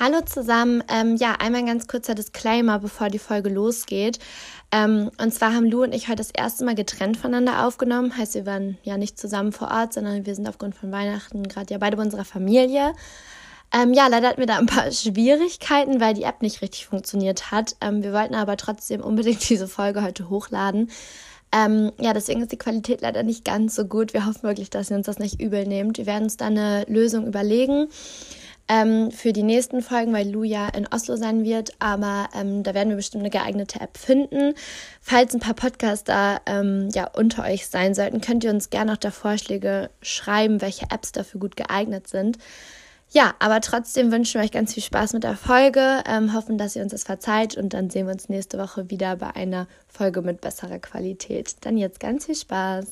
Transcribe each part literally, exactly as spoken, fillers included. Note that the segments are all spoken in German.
Hallo zusammen. Ähm, ja, einmal ein ganz kurzer Disclaimer, bevor die Folge losgeht. Ähm, und zwar haben Lu und ich heute das erste Mal getrennt voneinander aufgenommen. Heißt, wir waren ja nicht zusammen vor Ort, sondern wir sind aufgrund von Weihnachten gerade ja beide bei unserer Familie. Ähm, ja, leider hatten wir da ein paar Schwierigkeiten, weil die App nicht richtig funktioniert hat. Ähm, wir wollten aber trotzdem unbedingt diese Folge heute hochladen. Ähm, ja, deswegen ist die Qualität leider nicht ganz so gut. Wir hoffen wirklich, dass ihr uns das nicht übel nehmt. Wir werden uns da eine Lösung überlegen. Ähm, für die nächsten Folgen, weil Lu ja in Oslo sein wird, aber ähm, da werden wir bestimmt eine geeignete App finden. Falls ein paar Podcaster ähm, ja, unter euch sein sollten, könnt ihr uns gerne auch da Vorschläge schreiben, welche Apps dafür gut geeignet sind. Ja, aber trotzdem wünschen wir euch ganz viel Spaß mit der Folge, ähm, hoffen, dass ihr uns das verzeiht und dann sehen wir uns nächste Woche wieder bei einer Folge mit besserer Qualität. Dann jetzt ganz viel Spaß.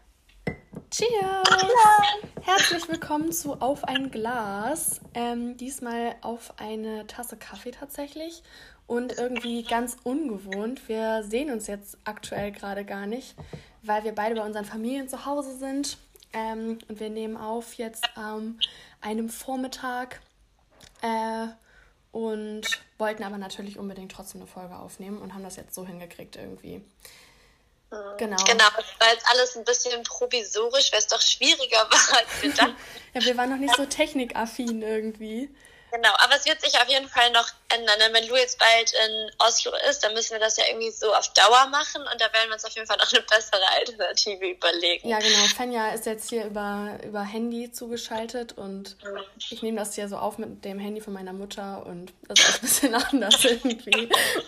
Cheers! Hallo. Herzlich willkommen zu Auf ein Glas. Ähm, diesmal auf eine Tasse Kaffee tatsächlich und irgendwie ganz ungewohnt. Wir sehen uns jetzt aktuell gerade gar nicht, weil wir beide bei unseren Familien zu Hause sind. Ähm, und wir nehmen auf jetzt am ähm, einem Vormittag äh, und wollten aber natürlich unbedingt trotzdem eine Folge aufnehmen und haben das jetzt so hingekriegt irgendwie. Genau. Genau, das war jetzt alles ein bisschen provisorisch, weil es doch schwieriger war als gedacht. Ja, wir waren noch nicht so technikaffin irgendwie. Genau, aber es wird sich auf jeden Fall noch ändern. Wenn Lu jetzt bald in Oslo ist, dann müssen wir das ja irgendwie so auf Dauer machen und da werden wir uns auf jeden Fall noch eine bessere Alternative überlegen. Ja, genau. Fenja ist jetzt hier über, über Handy zugeschaltet und mhm. ich nehme das hier so auf mit dem Handy von meiner Mutter und das ist ein bisschen anders irgendwie.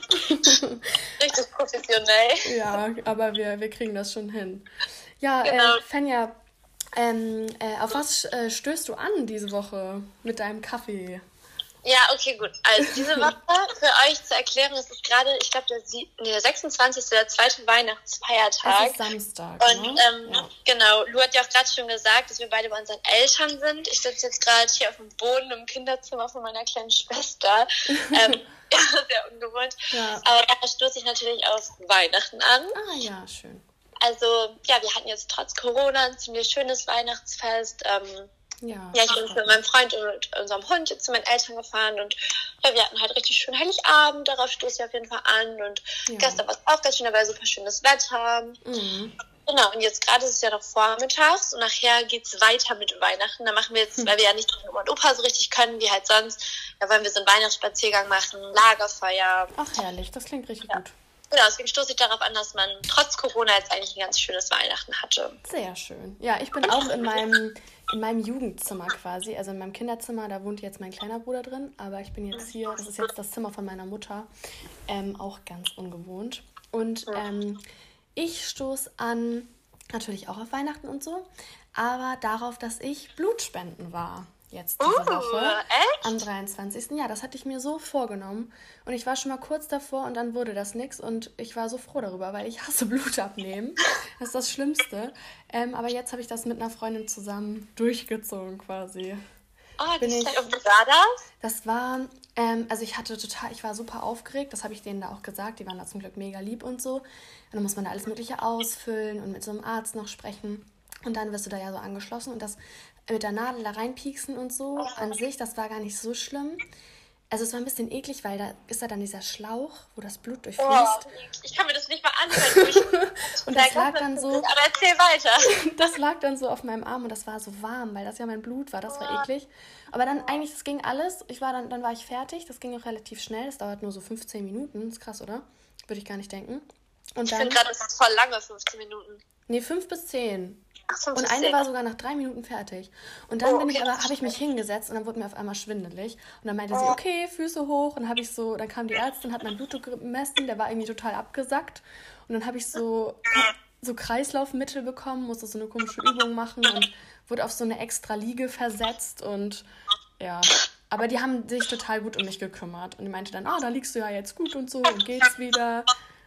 Richtig professionell. Ja, aber wir, wir kriegen das schon hin. Ja, genau. äh, Fenja, ähm, äh, auf was äh, stößt du an diese Woche mit deinem Kaffee? Ja, okay, gut. Also diese Woche, für euch zu erklären, es ist gerade, ich glaube, der, nee, der sechsundzwanzigste, der zweite Weihnachtsfeiertag. Das ist Samstag, Und ne? ähm, ja. genau, Lu hat ja auch gerade schon gesagt, dass wir beide bei unseren Eltern sind. Ich sitze jetzt gerade hier auf dem Boden im Kinderzimmer von meiner kleinen Schwester. ähm, ja, sehr ungewohnt. Ja. Aber da stoße ich natürlich auf Weihnachten an. Ah ja, schön. Also, ja, wir hatten jetzt trotz Corona ein ziemlich schönes Weihnachtsfest. Ähm, Ja, ja, ich bin mit meinem Freund und mit unserem Hund jetzt zu meinen Eltern gefahren und ja, wir hatten halt richtig schön Heiligabend, darauf stoße ich auf jeden Fall an und ja. Gestern war es auch ganz schön, da war super schönes Wetter. Mhm. Genau, und jetzt gerade ist es ja noch vormittags und nachher geht's weiter mit Weihnachten. Da machen wir jetzt, mhm. weil wir ja nicht mit Oma und Opa so richtig können, wie halt sonst, da wollen wir so einen Weihnachtsspaziergang machen, Lagerfeuer. Ach herrlich, das klingt richtig ja. gut. Genau, deswegen stoße ich darauf an, dass man trotz Corona jetzt eigentlich ein ganz schönes Weihnachten hatte. Sehr schön. Ja, ich bin auch in meinem, in meinem Jugendzimmer quasi, also in meinem Kinderzimmer, da wohnt jetzt mein kleiner Bruder drin, aber ich bin jetzt hier, das ist jetzt das Zimmer von meiner Mutter, ähm, auch ganz ungewohnt. Und ähm, ich stoße an, natürlich auch auf Weihnachten und so, aber darauf, dass ich Blutspenden war. Jetzt diese uh, Woche, echt? Am dreiundzwanzigsten Ja, das hatte ich mir so vorgenommen. Und ich war schon mal kurz davor und dann wurde das nix. Und ich war so froh darüber, weil ich hasse Blut abnehmen. Das ist das Schlimmste. Ähm, aber jetzt habe ich das mit einer Freundin zusammen durchgezogen quasi. Oh, das ist und wie war das? Das war, ähm, also ich hatte total, ich war super aufgeregt. Das habe ich denen da auch gesagt. Die waren da zum Glück mega lieb und so. Und dann muss man da alles Mögliche ausfüllen und mit so einem Arzt noch sprechen. Und dann wirst du da ja so angeschlossen und das mit der Nadel da reinpieksen und so an sich, das war gar nicht so schlimm. Also es war ein bisschen eklig, weil da ist da dann dieser Schlauch, wo das Blut durchfließt. Oh, ich kann mir das nicht mal anhören. Und das lag dann so... Aber erzähl weiter. Das lag dann so auf meinem Arm und das war so warm, weil das ja mein Blut war, das war eklig. Aber dann eigentlich, das ging alles. Ich war dann, dann war ich fertig, das ging auch relativ schnell. Das dauert nur so fünfzehn Minuten, ist krass, oder? Würde ich gar nicht denken. Und ich dann, finde gerade, das ist voll lange, fünfzehn Minuten. Nee, fünf bis zehn. Ach, fünf und bis eine zehn. war sogar nach drei Minuten fertig. Und dann oh, bin okay, ich aber, habe ich mich hingesetzt und dann wurde mir auf einmal schwindelig. Und dann meinte oh. sie, okay, Füße hoch. Und habe ich so, dann kam die Ärztin, hat mein Blutdruck gemessen, der war irgendwie total abgesackt. Und dann habe ich so, so Kreislaufmittel bekommen, musste so eine komische Übung machen und wurde auf so eine extra Liege versetzt. Und ja, aber die haben sich total gut um mich gekümmert. Und die meinte dann, ah, da liegst du ja jetzt gut und so und geht's wieder.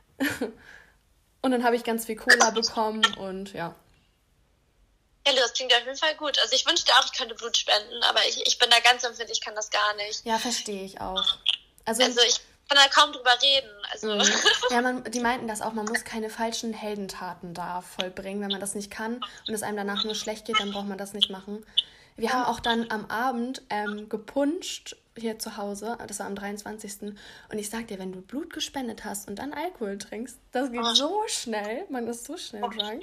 Und dann habe ich ganz viel Cola bekommen und ja. Ja, das klingt auf jeden Fall gut. Also ich wünschte auch, ich könnte Blut spenden, aber ich, ich bin da ganz empfindlich, ich kann das gar nicht. Ja, verstehe ich auch. Also, also ich kann da kaum drüber reden. Also. Mhm. Ja, man, die meinten das auch, man muss keine falschen Heldentaten da vollbringen. Wenn man das nicht kann und es einem danach nur schlecht geht, dann braucht man das nicht machen. Wir ja. haben auch dann am Abend ähm, gepuncht hier zu Hause, das war am dreiundzwanzigsten Und ich sag dir, wenn du Blut gespendet hast und dann Alkohol trinkst, das geht oh. so schnell, man ist so schnell drunk.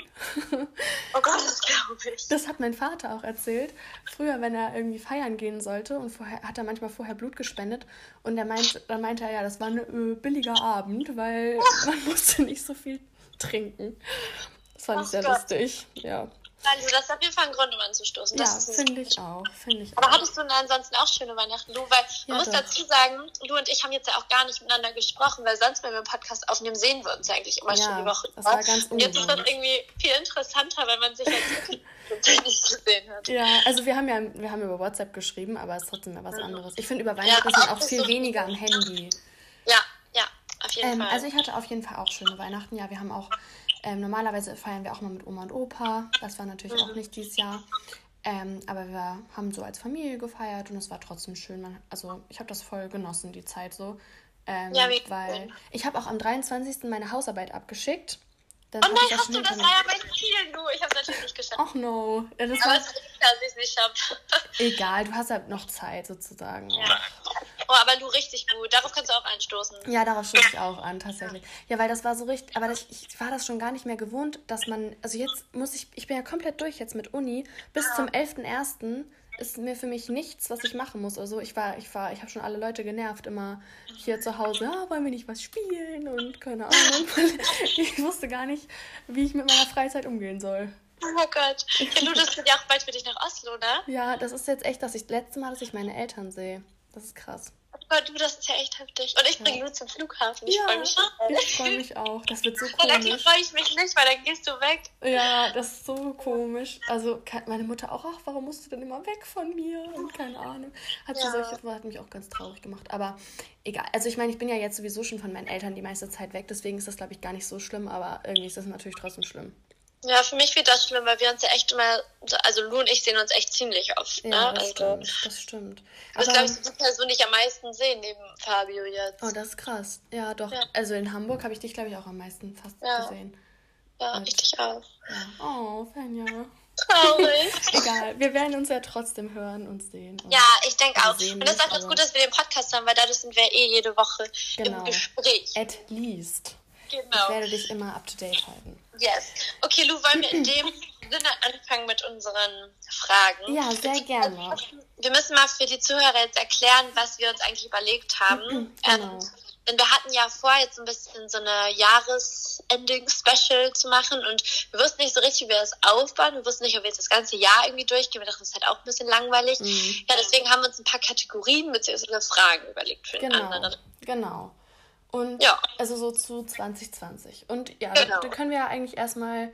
Oh Gott, das glaube ich. Das hat mein Vater auch erzählt. Früher, wenn er irgendwie feiern gehen sollte und vorher hat er manchmal vorher Blut gespendet und er meint, dann meinte er, ja, das war ein äh, billiger Abend, weil man musste nicht so viel trinken. Das fand oh ich sehr Gott. lustig, ja. Also das ist auf jeden Fall ein Grund, um anzustoßen. Das ja, finde ich auch. Find ich Aber auch. hattest du denn ansonsten auch schöne Weihnachten, Lu? Weil man ja, muss doch. dazu sagen, Lu und ich haben jetzt ja auch gar nicht miteinander gesprochen, weil sonst, wenn wir einen Podcast aufnehmen, sehen wir uns ja eigentlich immer ja, schon die Woche. Das war ganz und jetzt ist das irgendwie viel interessanter, weil man sich jetzt nicht gesehen hat. Ja, also wir haben ja wir haben über WhatsApp geschrieben, aber es ist trotzdem ja was anderes. Ich finde, über Weihnachten ja, sind auch viel so weniger am Handy. Ja, ja, auf jeden ähm, Fall. Also ich hatte auf jeden Fall auch schöne Weihnachten. Ja, wir haben auch Ähm, normalerweise feiern wir auch mal mit Oma und Opa. Das war natürlich mhm. auch nicht dieses Jahr. Ähm, aber wir haben so als Familie gefeiert und es war trotzdem schön. Man, also ich habe das voll genossen, die Zeit so. Ähm, ja, wie weil cool. Ich habe auch am dreiundzwanzigsten meine Hausarbeit abgeschickt. Dann oh nein, hast du das? war ja mein Ziel, du. Ich habe es natürlich nicht geschafft. Ach no. Ja, das aber war... es ist klar, dass ich es nicht schaffe. Egal, du hast halt noch Zeit sozusagen. Ja. Oh, aber du richtig gut. Darauf kannst du auch anstoßen. Ja, darauf stoße ich auch an, tatsächlich. Ja, weil das war so richtig, aber das, ich war das schon gar nicht mehr gewohnt, dass man, also jetzt muss ich, ich bin ja komplett durch jetzt mit Uni. Bis ja. zum elften ersten ist mir für mich nichts, was ich machen muss. Also ich war, ich war, ich habe schon alle Leute genervt, immer hier zu Hause, ja, wollen wir nicht was spielen und keine Ahnung. Ich wusste gar nicht, wie ich mit meiner Freizeit umgehen soll. Oh Gott. Ja, du, das geht ja auch bald für dich nach Oslo, ne? Ja, das ist jetzt echt das ich, letzte Mal, dass ich meine Eltern sehe. Das ist krass. Oh Gott, du, das ist ja echt heftig. Und ich bringe ja. Lu zum Flughafen. Ich ja, freue mich schon. Ich freue mich auch. Das wird so komisch. Ja, dann freue ich mich nicht, weil dann gehst du weg. Ja, das ist so komisch. Also meine Mutter auch, ach, warum musst du denn immer weg von mir? Und keine Ahnung. Hat sie ja. solche, hat mich auch ganz traurig gemacht. Aber egal. Also ich meine, ich bin ja jetzt sowieso schon von meinen Eltern die meiste Zeit weg. Deswegen ist das, glaube ich, gar nicht so schlimm. Aber irgendwie ist das natürlich trotzdem schlimm. Ja, für mich wird das schlimm, weil wir uns ja echt immer, also Lu und ich sehen uns echt ziemlich oft. Ja, ne? das also, stimmt, das stimmt. Das ist, glaube ich, die Person, die ich am meisten sehe, neben Fabio jetzt. Oh, das ist krass. Ja, doch. Ja. Also in Hamburg habe ich dich, glaube ich, auch am meisten fast ja. gesehen. Ja, und ich dich auch. Ja. Oh, Fenja. Traurig. Egal, wir werden uns ja trotzdem hören und sehen. Und ja, ich denke auch. Und das ist auch ganz gut, dass wir den Podcast haben, weil dadurch sind wir eh jede Woche genau. im Gespräch. At least. Genau. Ich werde dich immer up to date halten. Yes. Okay, Lu, wollen wir in dem Sinne anfangen mit unseren Fragen? Ja, sehr gerne. Wir müssen mal für die Zuhörer jetzt erklären, was wir uns eigentlich überlegt haben. Genau. Ähm, denn wir hatten ja vor, jetzt ein bisschen so eine Jahresending-Special zu machen und wir wussten nicht so richtig, wie wir das aufbauen. Wir wussten nicht, ob wir jetzt das ganze Jahr irgendwie durchgehen. Wir dachten, das ist halt auch ein bisschen langweilig. Mhm. Ja, deswegen haben wir uns ein paar Kategorien bzw. Fragen überlegt für den genau. anderen. Genau. Und ja. also so zu zwanzig zwanzig. Und ja, genau. da können wir ja eigentlich erstmal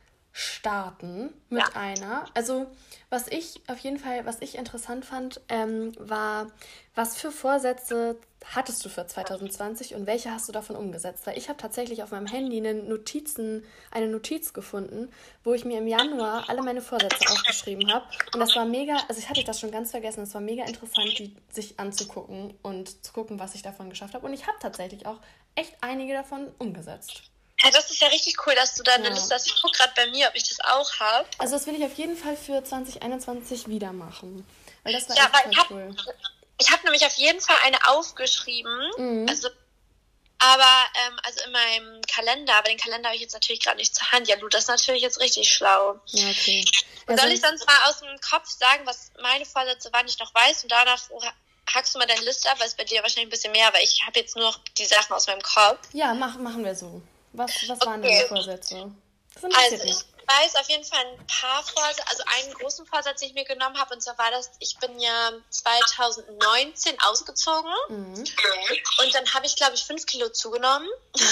starten mit ja. einer. Also was ich auf jeden Fall, was ich interessant fand, ähm, war, was für Vorsätze hattest du für zwanzig zwanzig und welche hast du davon umgesetzt? Weil ich habe tatsächlich auf meinem Handy eine, Notizen, eine Notiz gefunden, wo ich mir im Januar alle meine Vorsätze aufgeschrieben habe. Und das war mega, also ich hatte das schon ganz vergessen, es war mega interessant, die sich anzugucken und zu gucken, was ich davon geschafft habe. Und ich habe tatsächlich auch echt einige davon umgesetzt. Ja, das ist ja richtig cool, dass du da eine ja. Liste hast. Ich gucke gerade bei mir, ob ich das auch habe. Also das will ich auf jeden Fall für zwanzig einundzwanzig wieder machen. Weil das war ja, echt weil voll ich hab, cool. Ich habe nämlich auf jeden Fall eine aufgeschrieben. Mhm. Also, aber ähm, also in meinem Kalender, aber den Kalender habe ich jetzt natürlich gerade nicht zur Hand. Ja, du, das ist natürlich jetzt richtig schlau. Ja, okay. Und ja, soll ich sonst mal aus dem Kopf sagen, was meine Vorsätze waren, die ich noch weiß und danach hackst du mal deine Liste ab, weil es bei dir wahrscheinlich ein bisschen mehr, weil ich habe jetzt nur noch die Sachen aus meinem Kopf. Ja, mach, machen wir so. Was, was okay. waren deine Vorsätze? Das also ich weiß auf jeden Fall ein paar Vorsätze, also einen großen Vorsatz, den ich mir genommen habe, und zwar war das, ich bin ja zwanzig neunzehn ausgezogen mhm. und dann habe ich, glaube ich, fünf Kilo zugenommen.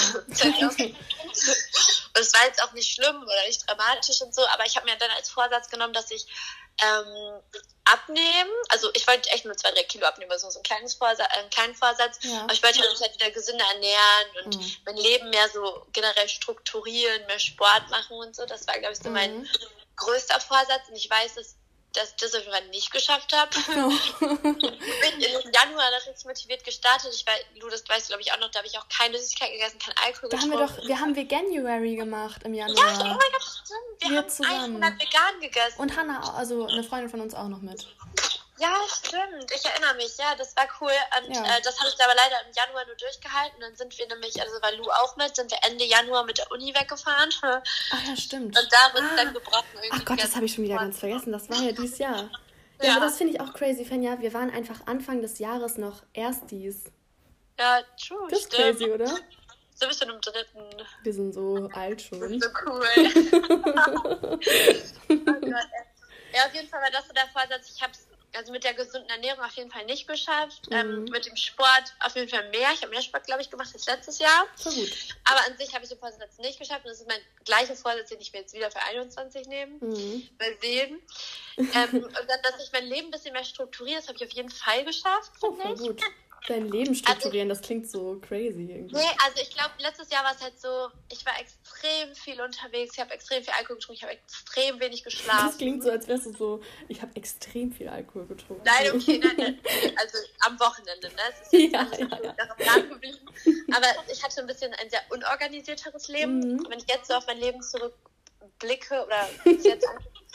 Mhm. Und es war jetzt auch nicht schlimm oder nicht dramatisch und so, aber ich habe mir dann als Vorsatz genommen, dass ich ähm, abnehmen, also ich wollte echt nur zwei, drei Kilo abnehmen, also so ein kleines Vorsatz, äh, einen kleinen Vorsatz, ja. aber ich wollte mich halt wieder gesünder ernähren und mhm. mein Leben mehr so generell strukturieren, mehr Sport machen und so, das war, glaube ich, so mhm. mein größter Vorsatz und ich weiß, dass dass ich das auf jeden Fall nicht geschafft habe. No. Ich bin in den Januar da richtig motiviert gestartet. Ich war, du, das weißt du, glaube ich, auch noch, da habe ich auch keine Süßigkeit gegessen, kein Alkohol da getrunken. Haben wir, doch, wir haben Veganuary gemacht im Januar. Ja, oh mein Gott, stimmt. Wir, wir haben zusammen hundert vegan gegessen. Und Hannah, also eine Freundin von uns auch noch mit. Ja, stimmt. Ich erinnere mich. Ja, das war cool. Und ja. äh, das habe ich aber leider im Januar nur durchgehalten. Dann sind wir nämlich, also war Lu auch mit, sind wir Ende Januar mit der Uni weggefahren. Ach ja, stimmt. Und da wurde es ah. dann gebrochen. Ach Gott, das habe ich schon wieder ganz vergessen. Das war ja dieses Jahr. Ja, ja. Aber das finde ich auch crazy, Fenja. Wir waren einfach Anfang des Jahres noch Erstis. Ja, true, Das ist stimmt. crazy, oder? So bist du im dritten. Wir sind so alt schon. Das ist so cool. Oh Gott, ja, auf jeden Fall war das so der Vorsatz. Ich habe es also mit der gesunden Ernährung auf jeden Fall nicht geschafft. Mhm. Ähm, mit dem Sport auf jeden Fall mehr. Ich habe mehr Sport, glaube ich, gemacht als letztes Jahr. So gut. Aber an sich habe ich den Vorsatz nicht geschafft. Und das ist mein gleicher Vorsatz, den ich mir jetzt wieder für einundzwanzig nehme. Mhm. Mal sehen. ähm, und dann, dass ich mein Leben ein bisschen mehr strukturiere, das habe ich auf jeden Fall geschafft. Oh, voll gut. Dein Leben strukturieren, also, das klingt so crazy irgendwie. Nee, also ich glaube, letztes Jahr war es halt so, ich war extrem viel unterwegs, ich habe extrem viel Alkohol getrunken, ich habe extrem wenig geschlafen. Das klingt so, als wärst du so, ich habe extrem viel Alkohol getrunken. Nein, okay, nein, nein, also am Wochenende, ne? Es ist jetzt ja, nicht ja, so ja. daran dran geblieben. Aber ich hatte ein bisschen ein sehr unorganisierteres Leben. Mhm. Wenn ich jetzt so auf mein Leben zurückblicke oder jetzt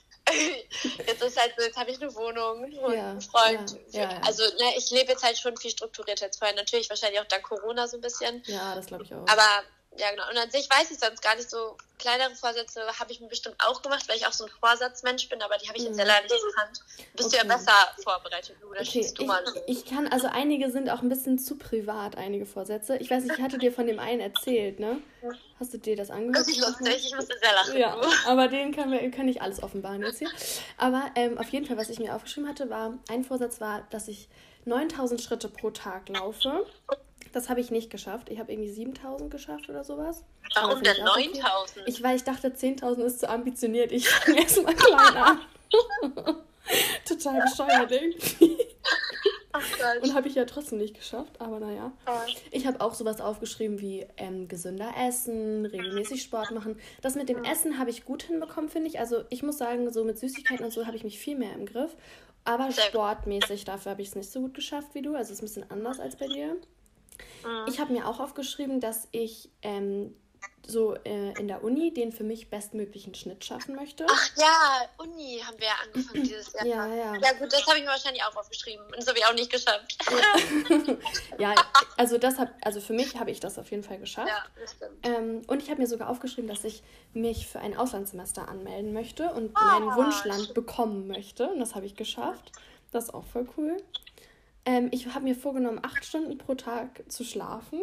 Jetzt ist halt so, jetzt habe ich eine Wohnung und ja, einen Freund. Ja, ja, ja. Also ne, ich lebe jetzt halt schon viel strukturierter als vorher. Natürlich wahrscheinlich auch dank Corona so ein bisschen. Ja, das glaube ich auch. Aber ja, genau. Und an sich weiß ich sonst gar nicht so. Kleinere Vorsätze habe ich mir bestimmt auch gemacht, weil ich auch so ein Vorsatzmensch bin, aber die habe ich jetzt ja leider nicht gekannt. Bist okay. du ja besser vorbereitet, du, oder okay. schießt du mal. Ich, ich kann, also einige sind auch ein bisschen zu privat, einige Vorsätze. Ich weiß nicht, ich hatte dir von dem einen erzählt, ne? Hast du dir das angehört? Das ist lustig, ich musste sehr lachen. Ja, aber den können wir können nicht alles offenbaren jetzt hier. Aber ähm, auf jeden Fall, was ich mir aufgeschrieben hatte, war, ein Vorsatz war, dass ich neuntausend Schritte pro Tag laufe. Das habe ich nicht geschafft. Ich habe irgendwie siebentausend geschafft oder sowas. Warum denn neuntausend? Okay. Ich, weil ich dachte, zehntausend ist zu ambitioniert. Ich fange erstmal klein an. Total bescheuert irgendwie. Ach Gott. Und habe ich ja trotzdem nicht geschafft, aber naja. Oh. Ich habe auch sowas aufgeschrieben wie ähm, gesünder essen, regelmäßig Sport machen. Das mit dem Essen habe ich gut hinbekommen, finde ich. Also ich muss sagen, so mit Süßigkeiten und so habe ich mich viel mehr im Griff. Aber sportmäßig, dafür habe ich es nicht so gut geschafft wie du. Also es ist ein bisschen anders als bei dir. Ich habe mir auch aufgeschrieben, dass ich ähm, so äh, in der Uni den für mich bestmöglichen Schnitt schaffen möchte. Ach ja, Uni haben wir ja angefangen dieses Jahr. Ja, ja. Ja gut, das habe ich mir wahrscheinlich auch aufgeschrieben. Und das habe ich auch nicht geschafft. Ja, also das hab, also für mich habe ich das auf jeden Fall geschafft. Ja, das stimmt. Ähm, und ich habe mir sogar aufgeschrieben, dass ich mich für ein Auslandssemester anmelden möchte und oh, mein Wunschland bekommen möchte. Und das habe ich geschafft. Das ist auch voll cool. Ähm, ich habe mir vorgenommen, acht Stunden pro Tag zu schlafen.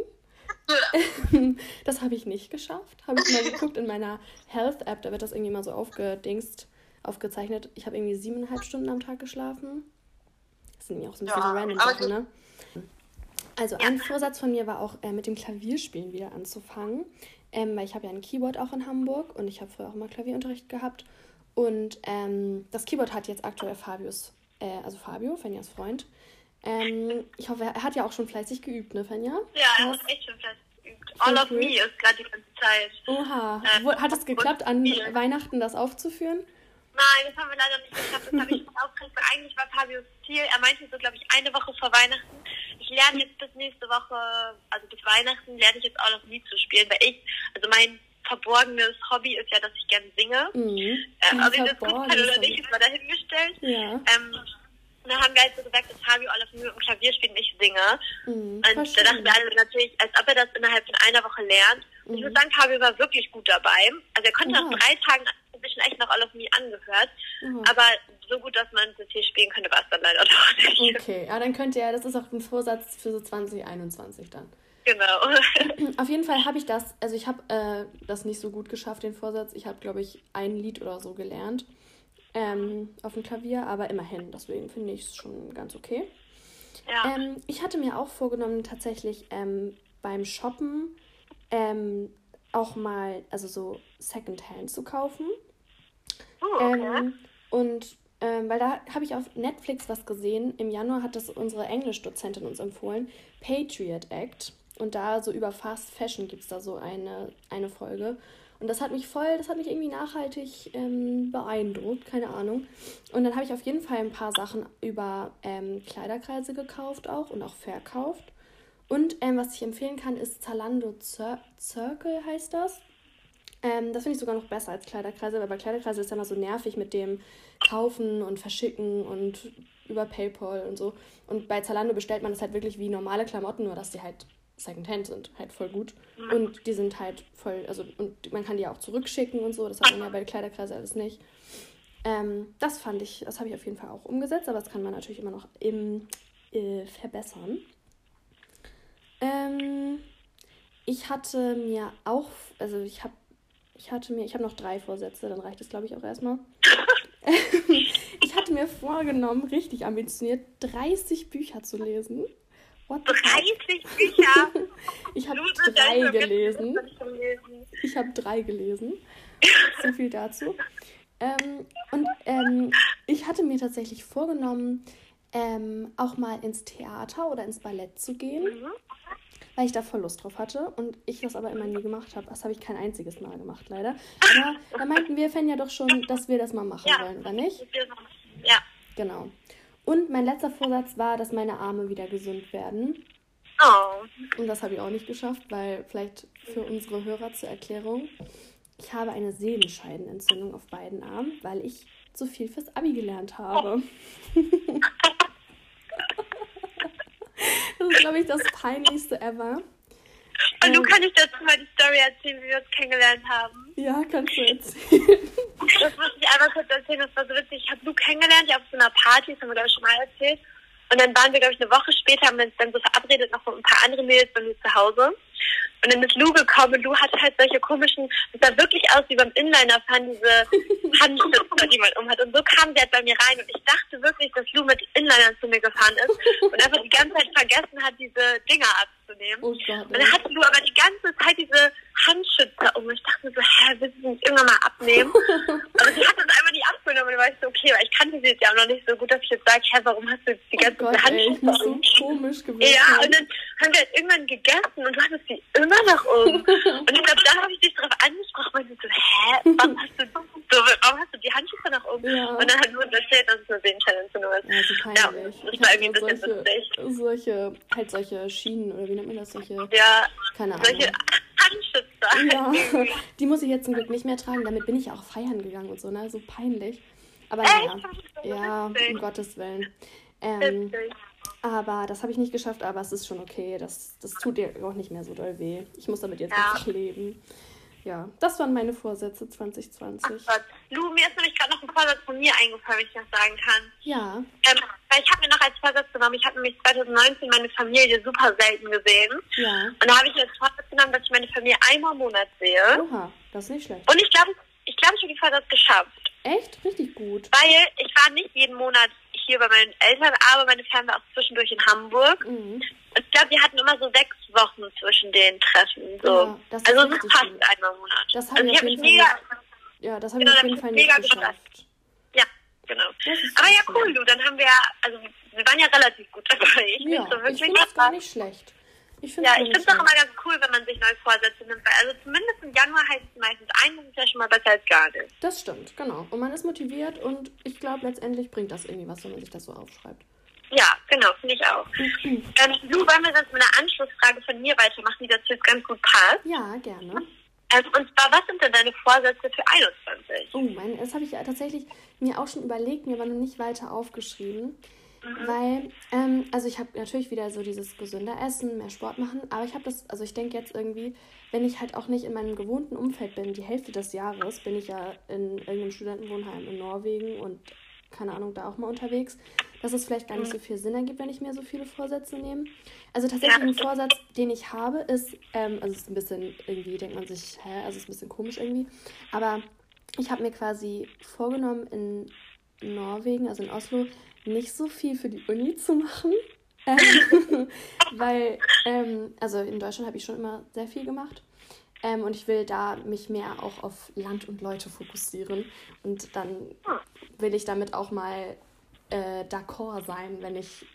Das habe ich nicht geschafft. Habe ich mal geguckt in meiner Health-App, da wird das irgendwie mal so aufgedingst, aufgezeichnet. Ich habe irgendwie siebeneinhalb Stunden am Tag geschlafen. Das sind mir auch so ein bisschen ja, so random Sachen, ne? Also ein Vorsatz von mir war auch, äh, mit dem Klavierspielen wieder anzufangen. Ähm, weil ich habe ja ein Keyboard auch in Hamburg und ich habe früher auch immer Klavierunterricht gehabt. Und ähm, das Keyboard hat jetzt aktuell Fabius, äh, also Fabio, Fenjas Freund. Ähm, ich hoffe, er hat ja auch schon fleißig geübt, ne, Fenja? Ja, er hat echt schon fleißig geübt. All of Me ist gerade die ganze Zeit. Oha. Ähm, Wo, hat es geklappt, an Weihnachten das aufzuführen? Nein, das haben wir leider nicht geschafft. Das habe ich nicht aufgekriegt, weil eigentlich war Fabios Ziel. Er meinte so, glaube ich, eine Woche vor Weihnachten. Ich lerne jetzt bis nächste Woche, also bis Weihnachten, lerne ich jetzt All of Me zu spielen, weil ich, also mein verborgenes Hobby ist ja, dass ich gerne singe. Mhm. Ähm, ob ich das gut kann oder nicht, ist mal dahingestellt. Ja. Ähm, Und dann haben wir halt so gesagt, dass Fabio alles nur im Klavier spielt und ich singe. Mm, und verstehe. Da dachten wir alle natürlich, als ob er das innerhalb von einer Woche lernt. Und mm. ich muss sagen, Fabio war wirklich gut dabei. Also er konnte nach drei Tagen sich schon echt noch All of Me angehört. Mm. Aber so gut, dass man das hier spielen könnte, war es dann leider doch nicht. Okay, ja, dann könnt ihr, das ist auch ein Vorsatz für so zwanzig einundzwanzig dann. Genau. Auf jeden Fall habe ich das, also ich habe äh, das nicht so gut geschafft, den Vorsatz. Ich habe, glaube ich, ein Lied oder so gelernt. Ähm, auf dem Klavier, aber immerhin, deswegen finde ich es schon ganz okay. Ja. Ähm, ich hatte mir auch vorgenommen, tatsächlich ähm, beim Shoppen ähm, auch mal, also so Secondhand zu kaufen. Oh, okay. Ähm, und ähm, weil da habe ich auf Netflix was gesehen, im Januar hat das unsere Englischdozentin uns empfohlen, Patriot Act. Und da so über Fast Fashion gibt es da so eine, eine Folge. Und Und das hat mich voll, das hat mich irgendwie nachhaltig ähm, beeindruckt, keine Ahnung. Und dann habe ich auf jeden Fall ein paar Sachen über ähm, Kleiderkreise gekauft auch und auch verkauft. Und ähm, was ich empfehlen kann, ist Zalando Cir- Circle heißt das. Ähm, das finde ich sogar noch besser als Kleiderkreise, weil bei Kleiderkreise ist ja immer so nervig mit dem Kaufen und Verschicken und über PayPal und so. Und bei Zalando bestellt man das halt wirklich wie normale Klamotten, nur dass die halt Secondhand sind, halt voll gut. Und die sind halt voll, also und man kann die auch zurückschicken und so, das hat man ja bei Kleiderkreise alles nicht. Ähm, das fand ich, das habe ich auf jeden Fall auch umgesetzt, aber das kann man natürlich immer noch im, äh, verbessern. Ähm, ich hatte mir auch, also ich habe ich hatte mir, ich habe noch drei Vorsätze, dann reicht es glaube ich auch erstmal. Ich hatte mir vorgenommen, richtig ambitioniert, dreißig Bücher zu lesen. dreißig Bücher? Ich habe drei gelesen. Ich habe drei gelesen. So viel dazu. Ähm, und ähm, ich hatte mir tatsächlich vorgenommen, ähm, auch mal ins Theater oder ins Ballett zu gehen, mhm. weil ich da voll Lust drauf hatte und ich das aber immer nie gemacht habe. Das habe ich kein einziges Mal gemacht, leider. Aber da meinten wir Fan ja doch schon, dass wir das mal machen ja. wollen, oder nicht? Ja. Genau. Und mein letzter Vorsatz war, dass meine Arme wieder gesund werden. Oh. Und das habe ich auch nicht geschafft, weil vielleicht für unsere Hörer zur Erklärung, ich habe eine Sehenscheidenentzündung auf beiden Armen, weil ich zu viel fürs Abi gelernt habe. Das ist, glaube ich, das Peinlichste ever. Und ähm, du kannst dazu mal die Story erzählen, wie wir uns kennengelernt haben. Ja, kannst du erzählen. Das muss ich einmal kurz erzählen, das war so witzig. Ich habe Lu kennengelernt, ja, auf so einer Party, das haben wir, glaube ich, schon mal erzählt. Und dann waren wir, glaube ich, eine Woche später, haben wir uns dann so verabredet, noch mit ein paar anderen Mädels bei mir zu Hause. Und dann ist Lu gekommen und Lu hatte halt solche komischen, das sah wirklich aus wie beim Inliner-Fahren, diese Handschützer, die man umhat. Und so kam sie halt bei mir rein und ich dachte wirklich, dass Lu mit Inlinern zu mir gefahren ist und einfach die ganze Zeit vergessen hat, diese Dinger abzunehmen. Oh Gott, und dann hatte Lu aber die ganze Zeit diese Handschützer um. Und ich dachte mir so, hä, willst du sie nicht irgendwann mal abnehmen? Aber sie hat dann einfach die abgenommen und dann war ich so, okay, weil ich kannte sie jetzt ja auch noch nicht so gut, dass ich jetzt sage, hä, warum hast du jetzt die ganze oh Gott, Handschützer um? So komisch gewesen. Ja, und dann haben wir halt irgendwann gegessen und du hattest sie immer noch um. Und ich glaube, dann habe ich dich darauf angesprochen und ich so, hä, warum hast du so, warum hast du die Handschützer noch um? Ja. Und dann hat nur erzählt, dass es eine Sehenscheidenentzündung ist. Ja, so peinlich. Ja, das war irgendwie ein bisschen solche, lustig. Solche, halt solche Schienen, oder wie nennt man das? Solche, ja, keine Ahnung. Solche Handschützer. Ja, die muss ich jetzt zum Glück nicht mehr tragen. Damit bin ich auch feiern gegangen und so, ne? So peinlich. Aber Echt? ja, ja, um Gottes Willen. Ähm, aber das habe ich nicht geschafft, aber es ist schon okay. Das, das tut dir auch nicht mehr so doll weh. Ich muss damit jetzt ja. wirklich leben. Ja, das waren meine Vorsätze zwanzig zwanzig. Ach Gott. Lu, mir ist nämlich gerade noch ein Vorsatz von mir eingefallen, wenn ich das sagen kann. Ja. Ähm, weil ich habe mir noch als Vorsatz genommen, ich habe nämlich zwanzig neunzehn meine Familie super selten gesehen. Ja. Und da habe ich mir als Vorsatz genommen, dass ich meine Familie einmal im Monat sehe. Oha, das ist nicht schlecht. Und ich glaube, ich, glaub, ich habe die Vorsatz geschafft. Echt? Richtig gut. Weil ich war nicht jeden Monat hier bei meinen Eltern, aber meine Fern war auch zwischendurch in Hamburg. Mhm. Und ich glaube, wir hatten immer so sechs Wochen zwischen den Treffen. So. Ja, das also es ist fast gut. Einmal im Monat. Das habe also ich auf jeden Fall mega, nicht, ja, das habe genau, ich auf jeden Fall nicht geschafft. geschafft. Ja, genau. Aber ja, cool, du. Dann haben wir, also wir waren ja relativ gut dabei. Ich ja, so ich finde das gar nicht schlecht. Ich ja, ich finde es auch immer ganz cool, wenn man sich neue Vorsätze nimmt. Weil also zumindest im Januar heißt es meistens ein, das ist ja schon mal besser als gar nicht. Das stimmt, genau. Und man ist motiviert und ich glaube, letztendlich bringt das irgendwie was, wenn man sich das so aufschreibt. Ja, genau, finde ich auch. ähm, Lu, wollen wir sonst mit einer Anschlussfrage von mir weitermachen, die dazu jetzt ganz gut passt? Ja, gerne. Ähm, und zwar, was sind denn deine Vorsätze für einundzwanzig? Oh, mein, das habe ich tatsächlich mir auch schon überlegt, mir aber noch nicht weiter aufgeschrieben. Mhm. Weil, ähm, also ich habe natürlich wieder so dieses gesünder Essen, mehr Sport machen, aber ich habe das, also ich denke jetzt irgendwie, wenn ich halt auch nicht in meinem gewohnten Umfeld bin, die Hälfte des Jahres bin ich ja in irgendeinem Studentenwohnheim in Norwegen und keine Ahnung, da auch mal unterwegs, dass es vielleicht gar nicht so viel Sinn ergibt, wenn ich mir so viele Vorsätze nehme. Also tatsächlich ein Vorsatz, den ich habe, ist, ähm, also es ist ein bisschen, irgendwie denkt man sich, hä, also es ist ein bisschen komisch irgendwie, aber ich habe mir quasi vorgenommen, in Norwegen, also in Oslo, nicht so viel für die Uni zu machen, ähm, weil, ähm, also in Deutschland habe ich schon immer sehr viel gemacht ähm, und ich will da mich mehr auch auf Land und Leute fokussieren und dann will ich damit auch mal äh, d'accord sein, wenn ich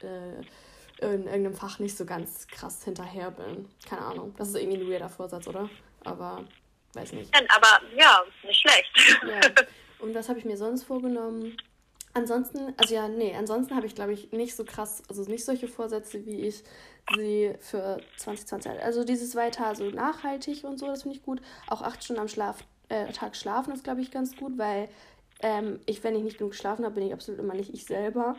äh, in irgendeinem Fach nicht so ganz krass hinterher bin. Keine Ahnung, das ist irgendwie ein weirder Vorsatz, oder? Aber weiß nicht. Aber ja, nicht schlecht. Ja. Und was habe ich mir sonst vorgenommen? Ansonsten, also ja, nee, ansonsten habe ich, glaube ich, nicht so krass, also nicht solche Vorsätze, wie ich sie für zwanzig zwanzig hatte. Also dieses weiter so nachhaltig und so, das finde ich gut. Auch acht Stunden am Schlaf, äh, Tag schlafen ist, glaube ich, ganz gut, weil ähm, ich, wenn ich nicht genug geschlafen habe, bin ich absolut immer nicht ich selber.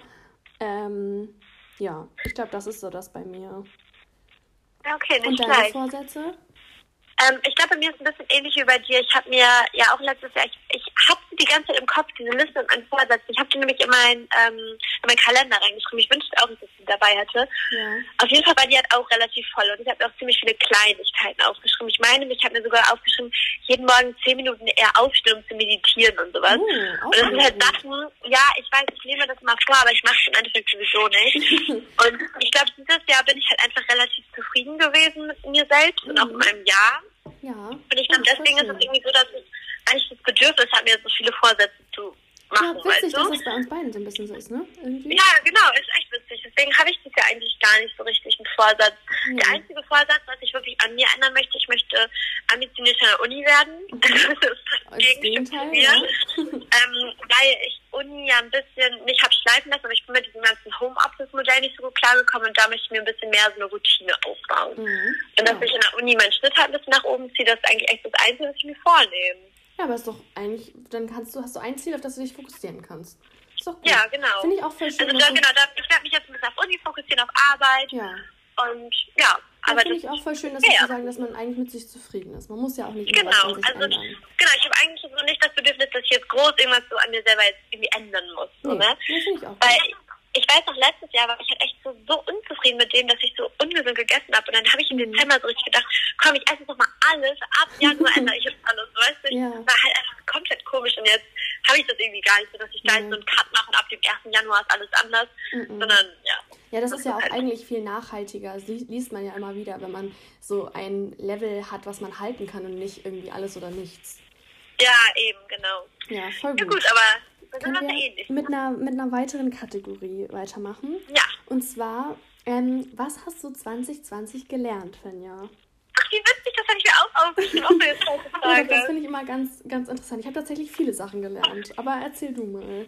Ähm, ja, ich glaube, das ist so das bei mir. Okay, nicht und deine schlecht. Vorsätze? Ähm, ich glaube, bei mir ist es ein bisschen ähnlich wie bei dir. Ich habe mir ja auch letztes Jahr, ich, ich habe die ganze Zeit im Kopf, diese Liste und einen Vorsatz. Ich habe die nämlich in meinen ähm, in meinen Kalender reingeschrieben. Ich wünschte auch, dass ich die dabei hätte. Ja. Auf jeden Fall war die halt auch relativ voll und ich habe auch ziemlich viele Kleinigkeiten aufgeschrieben. Ich meine, ich habe mir sogar aufgeschrieben, jeden Morgen zehn Minuten eher aufstehen, um zu meditieren und sowas. Oh, und das sind halt Sachen, ja, ich weiß, ich nehme das mal vor, aber ich mache es im Endeffekt sowieso nicht. Und ich glaube, dieses Jahr bin ich halt einfach relativ zufrieden gewesen mit mir selbst mhm. und auch mit meinem Jahr. Ja. Und ich glaube, deswegen ist es irgendwie so, dass ich eigentlich das Bedürfnis habe, mir so viele Vorsätze zu machen. Ja, witzig, weißt du? dass das bei uns beiden so ein bisschen so ist, ne? Irgendwie. Ja, genau, ist echt witzig. Deswegen habe ich das ja eigentlich gar nicht so richtig einen Vorsatz. Ja. Der einzige Vorsatz, was ich wirklich an mir ändern möchte, ich möchte ambitionierter an der Uni werden. Okay. Das ist das Gegenstück zu mir. Ja. ähm, weil ich Uni ja ein bisschen nicht habe schleifen lassen, aber ich bin mit diesem ganzen Homeoffice-Modell nicht so gut klargekommen und da möchte ich mir ein bisschen mehr so eine Routine aufbauen. Mhm. Und dass ja. ich in der Uni meinen Schnitt halt ein bisschen nach oben ziehe, das ist eigentlich echt das Einzige, was ich mir vornehme. Ja, aber ist doch eigentlich, dann kannst du, hast du ein Ziel, auf das du dich fokussieren kannst. Ist doch gut. Ja, genau. Finde ich auch voll schön. Also da, genau, da, ich werde mich jetzt ein bisschen auf Uni fokussieren, auf Arbeit. Ja. Und ja, aber finde ich auch voll schön, dass ja. zu sagen, dass man eigentlich mit sich zufrieden ist. Man muss ja auch nicht genau, was an sich also, ändern. Genau, ich habe eigentlich so nicht das Bedürfnis, dass ich jetzt groß irgendwas so an mir selber jetzt irgendwie ändern muss. So, nee, ne? Das finde ich auch. Weil ich, ich weiß noch, letztes Jahr war ich halt echt so, so unzufrieden mit dem, dass ich so ungesund gegessen habe. Und dann habe ich im mhm. Dezember so richtig gedacht, komm, ich esse jetzt nochmal alles. Ab Januar ändere ich jetzt alles. Weißt du, ja. das war halt einfach komplett komisch. Und jetzt habe ich das irgendwie gar nicht so, dass ich da jetzt so einen Cut mache und ab dem ersten Januar ist alles anders. Mhm. Sondern, ja. Ja, das ist ja auch eigentlich viel nachhaltiger. Das liest man ja immer wieder, wenn man so ein Level hat, was man halten kann und nicht irgendwie alles oder nichts. Ja, eben, genau. Ja, voll gut. Ja gut, aber das können ist wir ähnlich. Mit einer, mit einer weiteren Kategorie weitermachen. Ja. Und zwar, ähm, was hast du zwanzig zwanzig gelernt, Fenja? Ach, wie witzig, das habe ich mir auch aufgeschrieben. Auch eine zweite Frage. Das finde ich immer ganz, ganz interessant. Ich habe tatsächlich viele Sachen gelernt, aber erzähl du mal.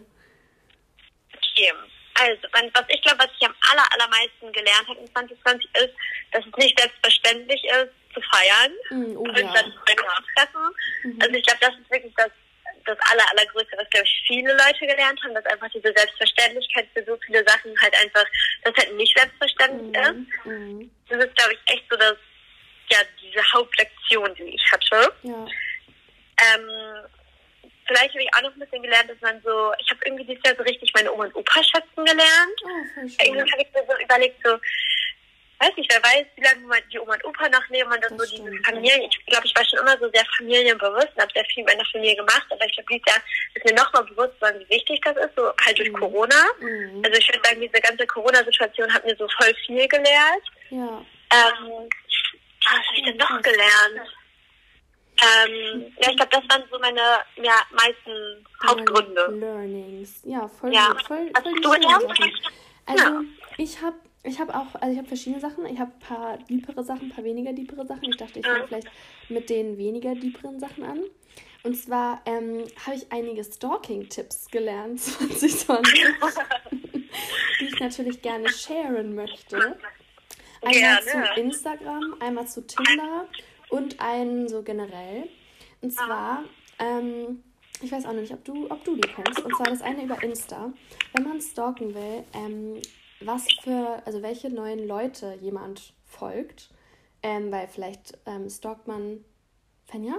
Okay. Also, was ich glaube, was ich am aller, allermeisten gelernt habe in zwanzig zwanzig ist, dass es nicht selbstverständlich ist, zu feiern mm, oh, und ja. dann zu treffen. Mhm. Also ich glaube, das ist wirklich das, das aller, allergrößte, was, glaube ich, viele Leute gelernt haben, dass einfach diese Selbstverständlichkeit für so viele Sachen halt einfach, das halt nicht selbstverständlich mm, ist. Mm. Das ist, glaube ich, echt so das, ja, diese Hauptlektion, die ich hatte. Ja. Ähm, Vielleicht habe ich auch noch ein bisschen gelernt, dass man so, ich habe irgendwie dieses Jahr so richtig meine Oma und Opa schätzen gelernt. Oh, voll schön. Irgendwie habe ich mir so überlegt, so, weiß nicht, wer weiß, wie lange man die Oma und Opa noch leben und dann das so stimmt, diese Familie. Ich glaube, ich war schon immer so sehr familienbewusst und habe sehr viel mit meiner Familie gemacht, aber ich glaube, dieses Jahr ist mir nochmal bewusst geworden, wie wichtig das ist, so halt durch mhm. Corona. Mhm. Also ich würde sagen, diese ganze Corona-Situation hat mir so voll viel gelehrt. Ja. Ähm, was habe ich denn noch gelernt? Ähm, ja, ich glaube, das waren so meine ja, meisten Hauptgründe. Learnings. Ja, voll, ja. voll, Was voll die du schönen gelernt? Sachen. Also, Ja. ich habe ich hab auch, also ich habe verschiedene Sachen. Ich habe ein paar diepere Sachen, ein paar weniger diepere Sachen. Ich dachte, ich fange Mhm. vielleicht mit den weniger dieperen Sachen an. Und zwar ähm, habe ich einige Stalking-Tipps gelernt, zwanzig zwanzig, die ich natürlich gerne sharen möchte. Einmal Gerne. zu Instagram, einmal zu Tinder und einen so generell. Und zwar, ähm, ich weiß auch nicht, ob du, ob du die kennst. Und zwar das eine über Insta. Wenn man stalken will, ähm, was für, also welche neuen Leute jemand folgt. Ähm, weil vielleicht ähm, stalkt man Fenja?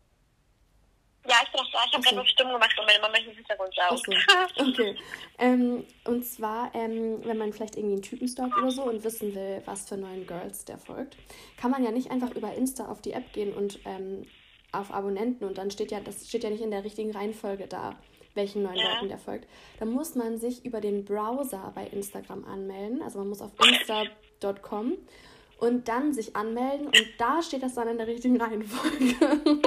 Ja, ich bin auch da. Ich habe gerade nur stumm gemacht und meine Mama ist im Hintergrund laut. So. Okay. Ähm, und zwar, ähm, wenn man vielleicht irgendwie einen Typen stalkt oder so und wissen will, was für neuen Girls der folgt, kann man ja nicht einfach über Insta auf die App gehen und ähm, auf Abonnenten und dann steht ja, das steht ja nicht in der richtigen Reihenfolge da, welchen neuen Ja. Leuten der folgt. Dann muss man sich über den Browser bei Instagram anmelden. Also man muss auf insta punkt com und dann sich anmelden und da steht das dann in der richtigen Reihenfolge.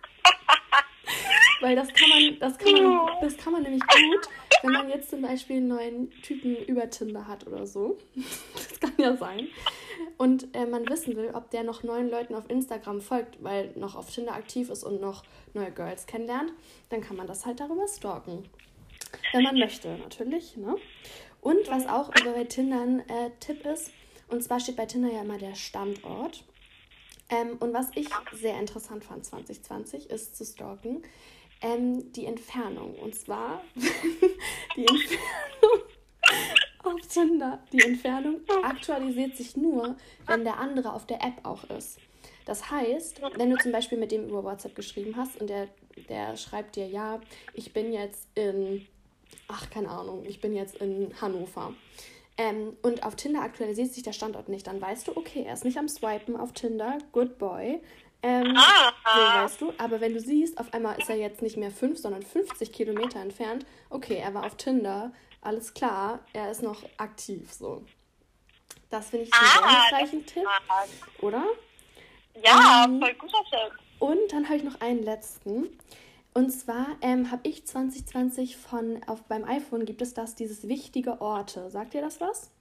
Weil das kann man, das kann man, das kann man nämlich gut, wenn man jetzt zum Beispiel einen neuen Typen über Tinder hat oder so. Das kann ja sein. und äh, man wissen will, ob der noch neuen Leuten auf Instagram folgt, weil noch auf Tinder aktiv ist und noch neue Girls kennenlernt, dann kann man das halt darüber stalken. Wenn man möchte, natürlich, ne? Und was auch bei Tinder ein äh, Tipp ist, und zwar steht bei Tinder ja immer der Standort. Ähm, und was ich sehr interessant fand zwanzig zwanzig, ist zu stalken, ähm, die Entfernung. Und zwar die Entfernung auf Tinder. Die Entfernung aktualisiert sich nur, wenn der andere auf der App auch ist. Das heißt, wenn du zum Beispiel mit dem über WhatsApp geschrieben hast und der, der schreibt dir, ja, ich bin jetzt in, ach, keine Ahnung, ich bin jetzt in Hannover. Ähm, und auf Tinder aktualisiert sich der Standort nicht, dann weißt du, okay, er ist nicht am Swipen auf Tinder, good boy. Ähm, ah. So weißt du, aber wenn du siehst, auf einmal ist er jetzt nicht mehr fünf, sondern fünfzig Kilometer entfernt, okay, er war auf Tinder, alles klar, er ist noch aktiv, so. Das finde ich einen ah, sehr hilfreichen Tipp, oder? Ja, ähm, voll guter Tipp. Und dann habe ich noch einen letzten. Und zwar ähm, habe ich zwanzig zwanzig von, auf, beim iPhone gibt es das, dieses wichtige Orte. Sagt ihr das was?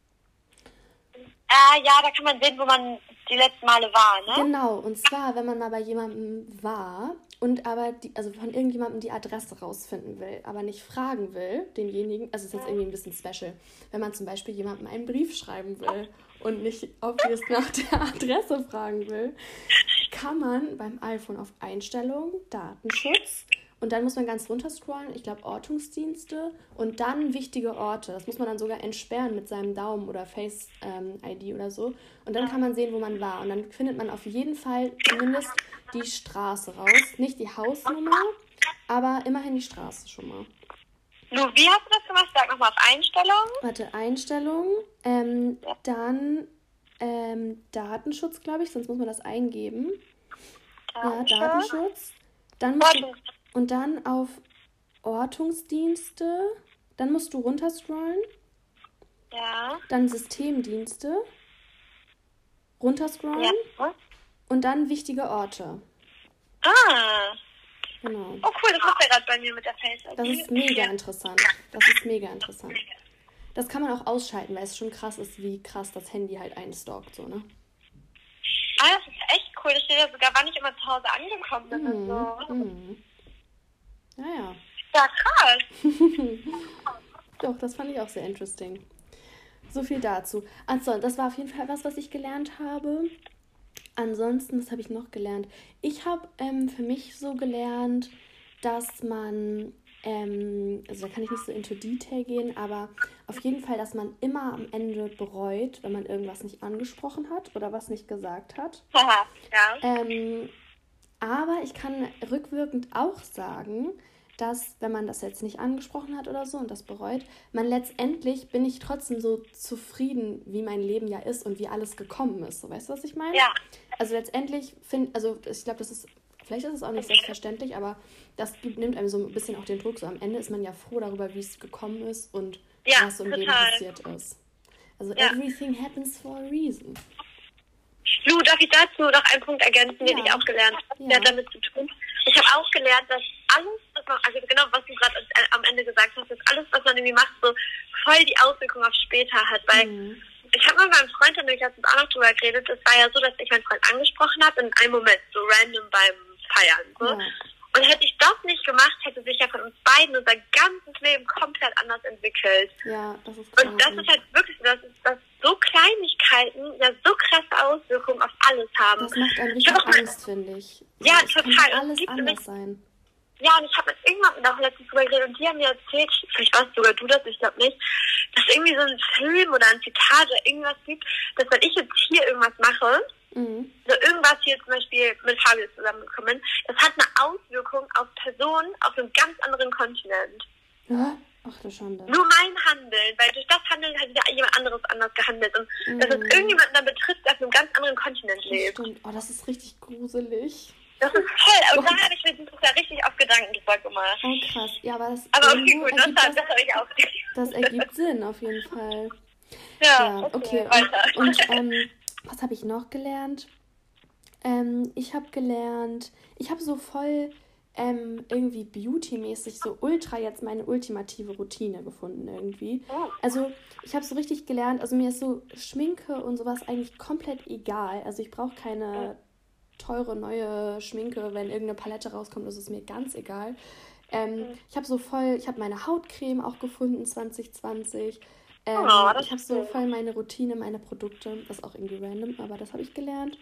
Äh, ja, da kann man sehen, wo man die letzten Male war, ne? Genau, und zwar, wenn man mal bei jemandem war und aber, die, also von irgendjemandem die Adresse rausfinden will, aber nicht fragen will, denjenigen, also es ist jetzt irgendwie ein bisschen special, wenn man zum Beispiel jemandem einen Brief schreiben will und nicht obvious nach der Adresse fragen will, kann man beim iPhone auf Einstellungen, Datenschutz und dann muss man ganz runter scrollen, ich glaube Ortungsdienste und dann wichtige Orte. Das muss man dann sogar entsperren mit seinem Daumen oder Face-I D ähm, oder so. Und dann kann man sehen, wo man war. Und dann findet man auf jeden Fall zumindest die Straße raus. Nicht die Hausnummer, aber immerhin die Straße schon mal. Lu, wie hast du das gemacht? Sag nochmal auf Einstellungen. Warte, Einstellungen, ähm, ja. dann ähm, Datenschutz, glaube ich, sonst muss man das eingeben. Datenschutz. Ja, Datenschutz. Dann musst du, und dann auf Ortungsdienste, dann musst du runterscrollen. Ja. Dann Systemdienste, runterscrollen. Ja. Und dann wichtige Orte. Ah. Genau. Oh cool, das macht ja gerade bei mir mit der Face-I D. Das ist mega interessant. Das ist mega interessant. Das kann man auch ausschalten, weil es schon krass ist, wie krass das Handy halt einstalkt, so, ne? Ah, das ist echt cool. Das steht ja sogar, wann ich immer zu Hause angekommen bin und so. Mhm. Naja. Ja, krass. Doch, das fand ich auch sehr interesting. So viel dazu. Also, das war auf jeden Fall was, was ich gelernt habe. Ansonsten, was habe ich noch gelernt? Ich habe ähm, für mich so gelernt, dass man, ähm, also da kann ich nicht so into Detail gehen, aber auf jeden Fall, dass man immer am Ende bereut, wenn man irgendwas nicht angesprochen hat oder was nicht gesagt hat. Aha, ja. Ähm, aber ich kann rückwirkend auch sagen, dass, wenn man das jetzt nicht angesprochen hat oder so und das bereut, man letztendlich bin ich trotzdem so zufrieden, wie mein Leben ja ist und wie alles gekommen ist. So, weißt du, was ich meine? Ja. Also letztendlich finde, also ich glaube, das ist, vielleicht ist es auch nicht selbstverständlich, aber das gibt, nimmt einem so ein bisschen auch den Druck. So am Ende ist man ja froh darüber, wie es gekommen ist und ja, was so im total. Leben passiert ist. Also ja. Everything happens for a reason. Lu, darf ich dazu noch einen Punkt ergänzen, den ja. ich auch gelernt habe? Ja. Der hat damit zu tun. Ich habe auch gelernt, dass alles, was man, also genau, was du gerade am Ende gesagt hast, dass alles, was man irgendwie macht, so voll die Auswirkung auf später hat. Weil mhm. ich habe mit meinem Freund dann letztens auch noch drüber geredet. Es war ja so, dass ich meinen Freund angesprochen habe in einem Moment, so random beim Feiern. So. Ja. Und hätte ich das nicht gemacht, hätte sich ja von uns beiden unser ganzes Leben komplett anders entwickelt. Ja, das ist krass. Und das ist halt wirklich so, dass, dass so Kleinigkeiten ja so krasse Auswirkungen auf alles haben. Das macht einen richtig Angst, finde ich. Ja, es total. Kann alles anders mich, sein. Ja, und ich habe mit irgendjemandem auch letztens drüber geredet und die haben mir erzählt, vielleicht warst sogar du das, ich glaube nicht, dass es irgendwie so ein Film oder ein Zitat oder irgendwas gibt, dass wenn ich jetzt hier irgendwas mache, mhm. so irgendwas hier zum Beispiel mit Fabio zusammengekommen bin, das hat eine Auswirkung auf Personen auf einem ganz anderen Kontinent. Ja? Ach du Schande. Nur mein Handeln, weil durch das Handeln hat wieder jemand anderes anders gehandelt und mhm. dass es irgendjemanden dann betrifft, der auf einem ganz anderen Kontinent lebt. Stimmt. Oh, das ist richtig gruselig. Das ist toll. Und da habe ich mir dieses Jahr richtig auf Gedanken drüber gemacht. Oh, krass. Ja, aber das, aber okay, gut, das, das, das habe ich auch. Das ergibt Sinn, auf jeden Fall. Ja, ja okay. okay. Und, und ähm, was habe ich noch gelernt? Ähm, ich habe gelernt, ich habe so voll ähm, irgendwie beautymäßig so ultra jetzt meine ultimative Routine gefunden irgendwie. Also ich habe so richtig gelernt, also mir ist so Schminke und sowas eigentlich komplett egal. Also ich brauche keine teure neue Schminke, wenn irgendeine Palette rauskommt, das ist mir ganz egal. Ähm, ich habe so voll, ich habe meine Hautcreme auch gefunden zwanzig zwanzig. Ähm, oh, ich habe so voll meine Routine, meine Produkte. Das ist auch irgendwie random, aber das habe ich gelernt.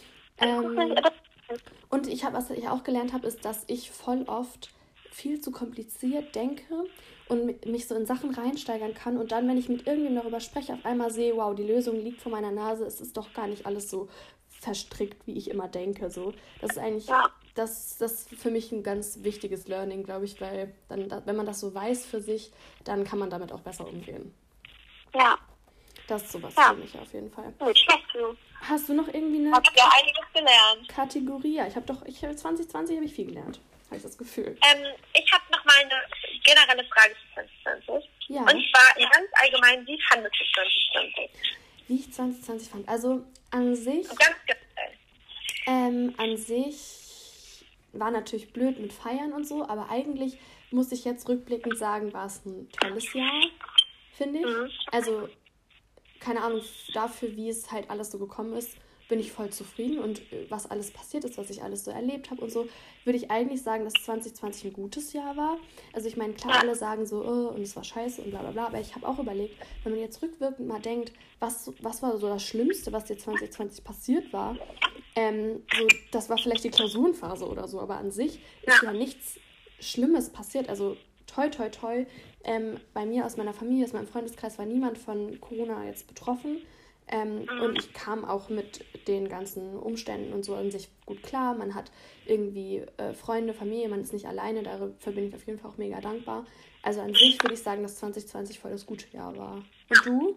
Ähm, und ich habe, was ich auch gelernt habe, ist, dass ich voll oft viel zu kompliziert denke und mich so in Sachen reinsteigern kann. Und dann, wenn ich mit irgendjemandem darüber spreche, auf einmal sehe, wow, die Lösung liegt vor meiner Nase. Es ist doch gar nicht alles so verstrickt, wie ich immer denke. So. Das ist eigentlich, ja. das, das ist für mich ein ganz wichtiges Learning, glaube ich, weil dann, wenn man das so weiß für sich, dann kann man damit auch besser umgehen. Ja. Das ist sowas ja. für mich auf jeden Fall. Gut, du. Hast du noch irgendwie eine Hab ja einiges gelernt. Kategorie? Ja, ich habe doch, ich zwanzig zwanzig habe ich viel gelernt. Habe ich das Gefühl. Ähm, ich habe noch mal eine generelle Frage zu zwanzig zwanzig. Ja. Und zwar ganz allgemein, wie fandest du zwanzig zwanzig? Wie ich zwanzig zwanzig fand? Also an sich... Ganz generell. Ähm, an sich war natürlich blöd mit Feiern und so, aber eigentlich muss ich jetzt rückblickend sagen, war es ein tolles Jahr, finde ich. Mhm. Also... keine Ahnung, dafür, wie es halt alles so gekommen ist, bin ich voll zufrieden. Und was alles passiert ist, was ich alles so erlebt habe und so, würde ich eigentlich sagen, dass zwanzig zwanzig ein gutes Jahr war. Also ich meine, klar, alle sagen so, oh, und es war scheiße und bla bla bla, aber ich habe auch überlegt, wenn man jetzt rückwirkend mal denkt, was, was war so das Schlimmste, was dir zwanzig zwanzig passiert war, ähm, so, das war vielleicht die Klausurenphase oder so, aber an sich ist ja nichts Schlimmes passiert. Also toi, toi, toi. Ähm, bei mir aus meiner Familie, aus meinem Freundeskreis war niemand von Corona jetzt betroffen. Ähm, mhm. Und ich kam auch mit den ganzen Umständen und so an sich gut klar. Man hat irgendwie äh, Freunde, Familie, man ist nicht alleine. Dafür bin ich auf jeden Fall auch mega dankbar. Also an sich würde ich sagen, dass zwanzig zwanzig voll das gute Jahr war. Und du?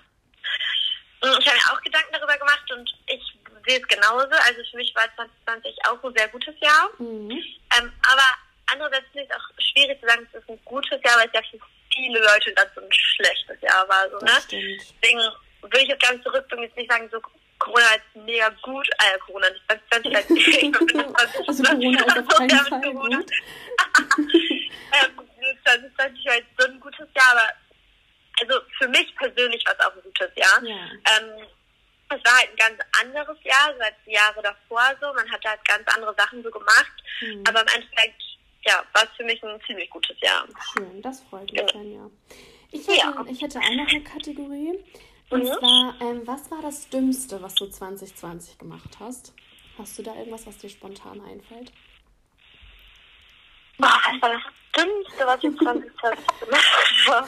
Ich habe mir auch Gedanken darüber gemacht und ich sehe es genauso. Also für mich war zwanzig zwanzig auch ein sehr gutes Jahr. Mhm. Ähm, aber andererseits finde ich es auch schwierig zu sagen, es ist ein gutes Jahr, weil es ja für viele Leute dann so ein schlechtes Jahr war. So, ne? Deswegen würde ich jetzt ganz zurückblicken, jetzt nicht sagen, so Corona ist mega gut, äh, Corona nicht, zwanzig zwanzig halt nicht. Also Corona ist auf keinen Fall gut. ähm, zwanzig zwanzig war jetzt so ein gutes Jahr, aber also für mich persönlich war es auch ein gutes Jahr. Ja. Ähm, es war halt ein ganz anderes Jahr, seit die Jahre davor so. Man hat halt ganz andere Sachen so gemacht, mhm. aber im Endeffekt ja, war es für mich ein ziemlich gutes Jahr. Schön, das freut mich dann, ja. Ich hätte, ja. ich hätte auch noch eine Kategorie. Und mhm. zwar, ähm, was war das Dümmste, was du zwanzig zwanzig gemacht hast? Hast du da irgendwas, was dir spontan einfällt? Boah, was war das Dümmste, was ich zwanzig zwanzig gemacht habe?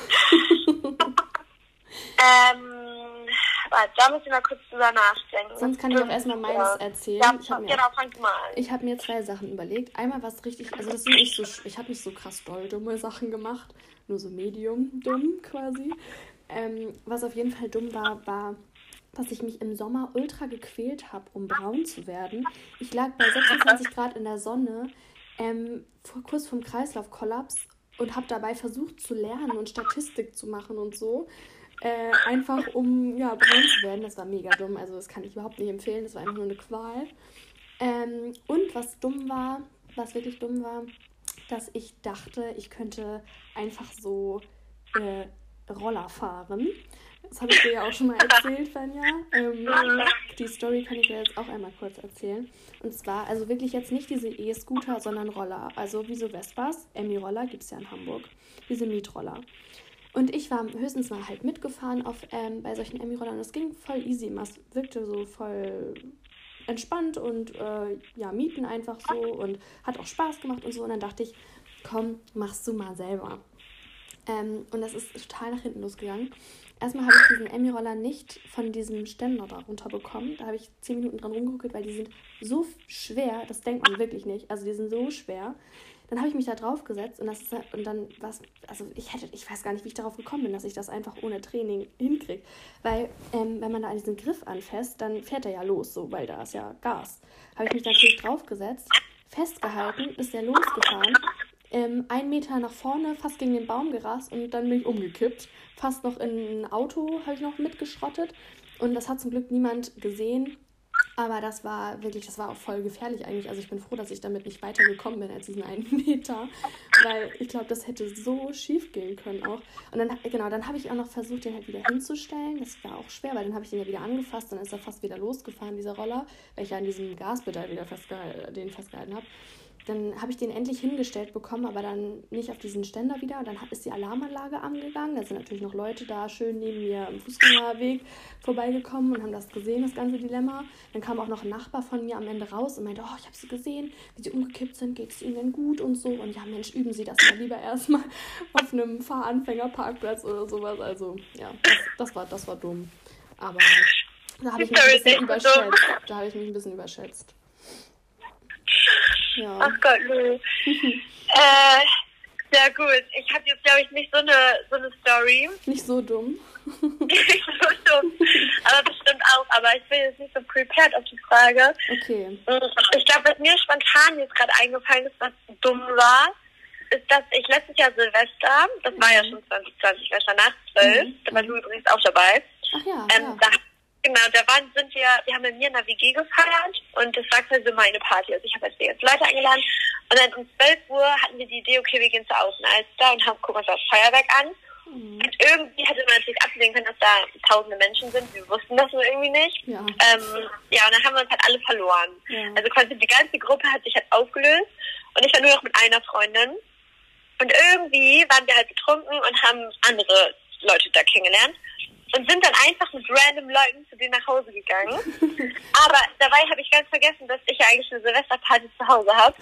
ähm, warte, da muss ich mal kurz drüber nachdenken. Sonst kann ich auch erstmal meines erzählen. Ja, ich habe genau, fang mal an. Ich habe mir zwei Sachen überlegt. Einmal was richtig, also das sind nicht so, ich habe nicht so krass doll dumme Sachen gemacht, nur so medium dumm quasi. Ähm, was auf jeden Fall dumm war, war, dass ich mich im Sommer ultra gequält habe, um braun zu werden. Ich lag bei sechsundzwanzig Grad in der Sonne, ähm, vor, kurz vorm Kreislaufkollaps und habe dabei versucht zu lernen und Statistik zu machen und so. Äh, einfach um ja, braun zu werden. Das war mega dumm, also das kann ich überhaupt nicht empfehlen. Das war einfach nur eine Qual. Ähm, und was dumm war, was wirklich dumm war, dass ich dachte, ich könnte einfach so äh, Roller fahren. Das habe ich dir ja auch schon mal erzählt, Fanja. Ähm, die Story kann ich dir jetzt auch einmal kurz erzählen. Und zwar, also wirklich jetzt nicht diese E-Scooter, sondern Roller. Also wie so Vespas, Emmy-Roller gibt es ja in Hamburg. Diese Mietroller. Und ich war höchstens mal halt mitgefahren auf, ähm, bei solchen Emmy-Rollern. Das ging voll easy. Es wirkte so voll entspannt und äh, ja, mieten einfach so und hat auch Spaß gemacht und so. Und dann dachte ich, komm, machst du mal selber. Ähm, und das ist total nach hinten losgegangen. Erstmal habe ich diesen Emmy-Roller nicht von diesem Ständer da runterbekommen. Da habe ich zehn Minuten dran rumgeguckt, weil die sind so schwer, das denkt man wirklich nicht. Also die sind so schwer. Dann habe ich mich da drauf gesetzt und, das ist, und dann was, also ich hätte, ich weiß gar nicht, wie ich darauf gekommen bin, dass ich das einfach ohne Training hinkriege. Weil, ähm, wenn man da an diesen Griff anfasst, dann fährt er ja los, so, weil da ist ja Gas. Habe ich mich natürlich draufgesetzt, festgehalten, ist der losgefahren, ähm, einen Meter nach vorne, fast gegen den Baum gerast und dann bin ich umgekippt. Fast noch in ein Auto habe ich noch mitgeschrottet und das hat zum Glück niemand gesehen. Aber das war wirklich, das war auch voll gefährlich eigentlich. Also ich bin froh, dass ich damit nicht weitergekommen bin als diesen einen Meter. Weil ich glaube, das hätte so schief gehen können auch. Und dann, genau, dann habe ich auch noch versucht, den halt wieder hinzustellen. Das war auch schwer, weil dann habe ich den ja wieder angefasst. Dann ist er fast wieder losgefahren, dieser Roller, weil ich ja an diesem Gaspedal wieder festgehalten, den festgehalten habe. Dann habe ich den endlich hingestellt bekommen, aber dann nicht auf diesen Ständer wieder. Und dann ist die Alarmanlage angegangen. Da sind natürlich noch Leute da schön neben mir am Fußgängerweg vorbeigekommen und haben das gesehen, das ganze Dilemma. Dann kam auch noch ein Nachbar von mir am Ende raus und meinte, oh, ich habe sie gesehen, wie sie umgekippt sind, geht es ihnen denn gut und so. Und ja, Mensch, üben Sie das mal lieber erstmal auf einem Fahranfängerparkplatz oder sowas. Also ja, das, das, war, das war dumm. Aber da habe ich mich ein bisschen überschätzt. Da habe ich mich ein bisschen überschätzt. Ja. Ach Gott, Lou. äh, ja gut, ich habe jetzt, glaube ich, nicht so eine, so eine Story. Nicht so dumm. Nicht so dumm, aber bestimmt auch. Aber ich bin jetzt nicht so prepared auf die Frage. Okay. Ich glaube, was mir spontan jetzt gerade eingefallen ist, was dumm war, ist, dass ich letztes Jahr Silvester, das war ja schon zwanzig zwanzig, Silvester nach zwölf, mhm. da war du übrigens auch dabei. Ach ja, ähm, ja. Da Genau, da waren, sind wir, wir haben mit mir in der W G gefeiert und das war quasi meine Party. Also ich habe jetzt die ganzen Leute eingeladen und dann um zwölf Uhr hatten wir die Idee, okay, wir gehen zur Außenalster und haben, gucken uns das Feuerwerk an. Mhm. Und irgendwie hätte man natürlich absehen können, dass da tausende Menschen sind. Wir wussten das nur irgendwie nicht. Ja, ähm, ja und dann haben wir uns halt alle verloren. Ja. Also quasi die ganze Gruppe hat sich halt aufgelöst und ich war nur noch mit einer Freundin. Und irgendwie waren wir halt betrunken und haben andere Leute da kennengelernt. Und sind dann einfach mit random Leuten zu denen nach Hause gegangen. Aber dabei habe ich ganz vergessen, dass ich ja eigentlich eine Silvesterparty zu Hause habe.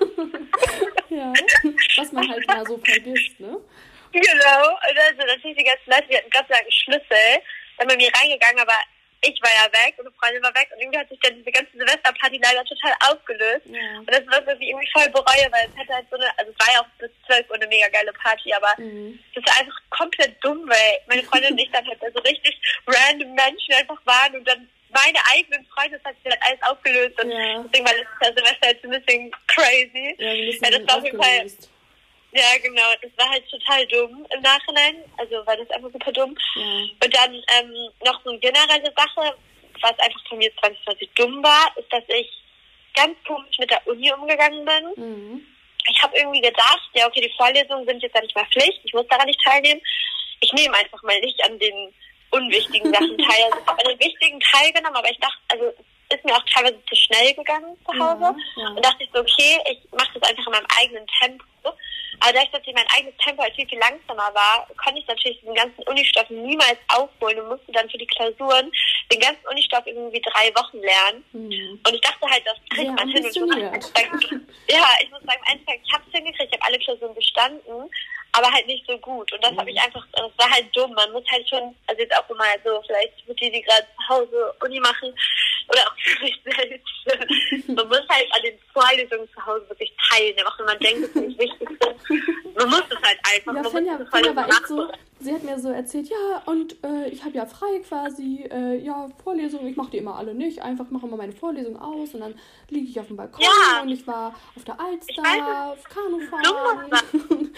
Ja, was man halt mal so vergisst, ne? Genau. Und also natürlich die ganzen Leute, die hatten Gott sei Dank einen Schlüssel. Dann bei mir reingegangen, aber ich war ja weg und eine Freundin war weg. Und irgendwie hat sich dann diese ganze Silvesterparty leider total aufgelöst. Ja. Und das war irgendwie irgendwie voll bereue, weil es hätte halt so eine, also es war ja auch bis zwölf Uhr eine mega geile Party, aber Mhm. das war einfach komplett dumm, weil meine Freundin und ich dann halt so richtig random Menschen einfach waren und dann meine eigenen Freunde, das hat sich halt alles aufgelöst und Ja. deswegen war das Silvester jetzt ein bisschen crazy. Ja, ein bisschen Ja, das war auf jeden Fall, aufgelöst. ja genau, das war halt total dumm im Nachhinein, also war das einfach super dumm. Ja. Und dann ähm, noch so eine generelle Sache, was einfach von mir zwanzig zwanzig dumm war, ist, dass ich ganz komisch mit der Uni umgegangen bin. Mhm. Ich habe irgendwie gedacht, ja okay, die Vorlesungen sind jetzt ja nicht mehr Pflicht, ich muss daran nicht teilnehmen. Ich nehme einfach mal nicht an den unwichtigen Sachen teil. Also ich habe an den wichtigen teilgenommen, aber ich dachte, also es ist mir auch teilweise zu schnell gegangen zu Hause. Ja, ja. Und dachte ich so, okay, ich mache das einfach in meinem eigenen Tempo. Aber dadurch, dass ich mein eigenes Tempo halt viel, viel langsamer war, konnte ich natürlich diesen ganzen Unistoff niemals aufholen und musste dann für die Klausuren den ganzen Unistoff irgendwie drei Wochen lernen. Mhm. Und ich dachte halt, das kriegt Sehr man hin. Und ich muss ambitioniert. sagen, ja, ich muss sagen, im Endeffekt, ich habe es hingekriegt, ich habe alle Klausuren bestanden, aber halt nicht so gut. Und das Mhm. habe ich einfach, das war halt dumm. Man muss halt schon, also jetzt auch mal so, vielleicht mit die, die gerade zu Hause Uni machen, oder auch für mich selbst, man muss halt an den Vorlesungen zu Hause wirklich teilnehmen, auch wenn man denkt, dass sie nicht wichtig sind. Man muss es halt einfach. Ja, man Fenja, muss es Fenja war echt machen. so, sie hat mir so erzählt, ja, und äh, ich habe ja frei quasi, äh, ja, Vorlesungen, ich mache die immer alle nicht, einfach mache immer meine Vorlesung aus und dann liege ich auf dem Balkon Ja. und ich war auf der Alster, Ich weiß auf Kanu Dumm fahren. was.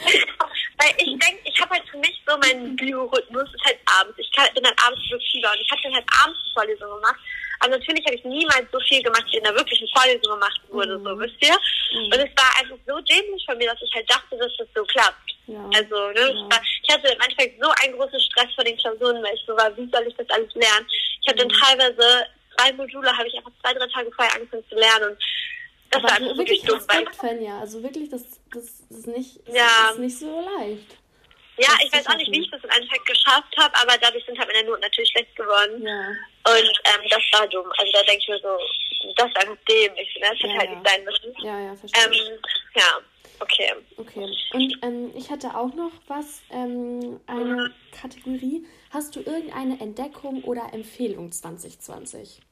Weil ich denke, ich habe halt für mich so meinen Biorhythmus, ist halt abends. Ich kann, bin dann abends so Fieber und ich habe dann halt abends die Vorlesung gemacht. Aber natürlich habe ich niemals so viel gemacht, wie in der wirklichen Vorlesung gemacht wurde, Mhm. so, wisst ihr? Mhm. Und es war einfach so dämlich von mir, dass ich halt dachte, dass das so klappt. Ja. Also, ne, Ja. es war, ich hatte im Endeffekt so einen großen Stress vor den Klausuren, weil ich so war, wie soll ich das alles lernen? Ich habe dann Mhm. teilweise drei Module, habe ich einfach zwei, drei Tage vorher angefangen zu lernen und das Aber war einfach wirklich wirklich dumm. Weil, Respekt, Fenja, also wirklich, das, das, das ist nicht, das Ja. ist nicht so leicht. ja, das ich zu weiß auch nicht, schaffen. wie ich das im Endeffekt geschafft habe, aber dadurch sind halt meine Noten natürlich schlecht geworden. Ja. Und ähm, das war dumm. Also da denke ich mir so, das ist einfach dämlich. Ne? Das hätte Ja, halt ja. nicht sein müssen. Ja, ja, verstehe. Ähm, ja, okay. Okay, und ähm, ich hatte auch noch was, ähm, eine Kategorie. Hast du irgendeine Entdeckung oder Empfehlung zwanzig zwanzig?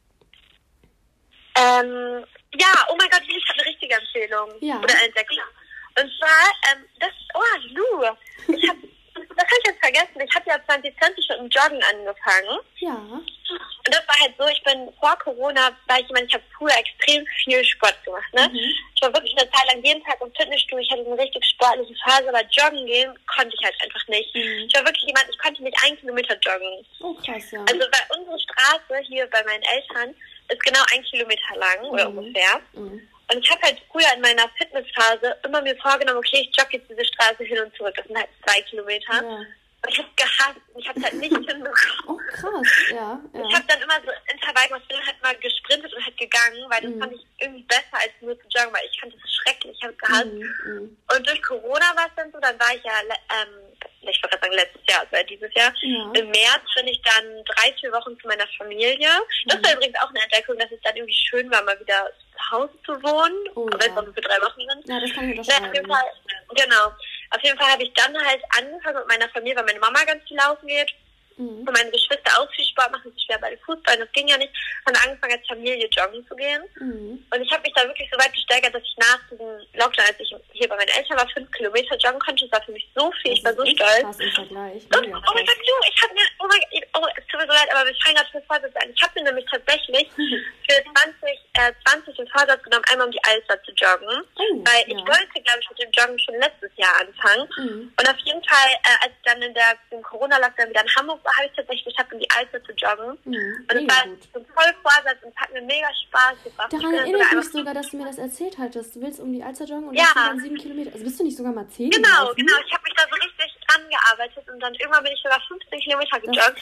Ähm, ja, oh mein Gott, ich habe eine richtige Empfehlung. Ja. Oder eine Entdeckung. Und zwar, ähm, das, oh, Lu, ich habe, das habe ich jetzt vergessen, ich habe ja zwanzig zwanzig mit dem Joggen angefangen. Ja. Und das war halt so, ich bin vor Corona, war ich jemand, ich habe früher extrem viel Sport gemacht, ne? Mhm. Ich war wirklich eine Zeit lang jeden Tag im Fitnessstudio, ich hatte eine richtig sportliche Phase, aber joggen gehen konnte ich halt einfach nicht. Mhm. Ich war wirklich jemand, ich konnte nicht einen Kilometer joggen. Oh, krass, ja. Also bei unserer Straße hier bei meinen Eltern ist genau ein Kilometer lang mhm. oder ungefähr. Mhm. Und ich habe halt früher in meiner Fitnessphase immer mir vorgenommen, okay, ich jogge jetzt diese Straße hin und zurück. Das sind halt zwei Kilometer. Ja. Und ich habe gehasst. Ich habe es halt nicht hinbekommen. Oh, krass, ja. ja. Ich habe dann immer so Intervall gemacht, bin halt mal gesprintet und halt gegangen, weil das mhm. fand ich irgendwie besser als nur zu joggen, weil ich fand das schrecklich, ich habe es gehasst. Mhm. Und durch Corona war es dann so, dann war ich ja, ähm, ich wollte gerade sagen letztes Jahr, also dieses Jahr, ja. im März bin ich dann drei, vier Wochen zu meiner Familie. Das mhm. war übrigens auch eine Entdeckung, dass es dann irgendwie schön war, mal wieder zu Hause zu wohnen, oh, aber ja. es auch nur für drei Wochen sind. Ja, das kann ich unterschreiben. Ja, auf jeden Fall, genau. Auf jeden Fall habe ich dann halt angefangen mit meiner Familie, weil meine Mama ganz viel laufen geht. Mhm. Und meine Geschwister auch viel Sport machen, sie schwer bei den Fußball, das ging ja nicht. Haben angefangen als Familie joggen zu gehen. Mhm. Und ich habe mich da wirklich so weit gesteigert, dass ich nach diesem Lockdown, als ich hier bei meinen Eltern war, fünf Kilometer joggen konnte. Das war für mich so viel, das ich war so stolz. Krass im Vergleich. Und, oh mein Gott, du, ich habe mir, oh mein Gott, oh, es tut mir so leid, aber wir fallen gerade für Vorsatz ein. Ich habe mir nämlich tatsächlich für zwanzig, äh, zwanzig den Vorsatz genommen, einmal um die Alster zu joggen. Oh, weil ich ja. wollte, glaube ich, mit dem Joggen schon letztes Jahr anfangen. Mhm. Und auf jeden Fall, äh, als ich dann in der im Corona-Lockdown wieder in Hamburg war, habe ich tatsächlich geschafft, um die Alster zu joggen. Mhm, und es war so voll Vorsatz und es hat mir mega Spaß gebracht. Daran erinnere ich mich sogar, dass du mir das erzählt hattest. Du willst um die Alster joggen und ja. dann sieben Kilometer. Also bist du nicht sogar mal zehn? Genau, genau. Ich habe mich da so richtig angearbeitet und dann irgendwann bin ich sogar fünfzehn Kilometer gejoggt.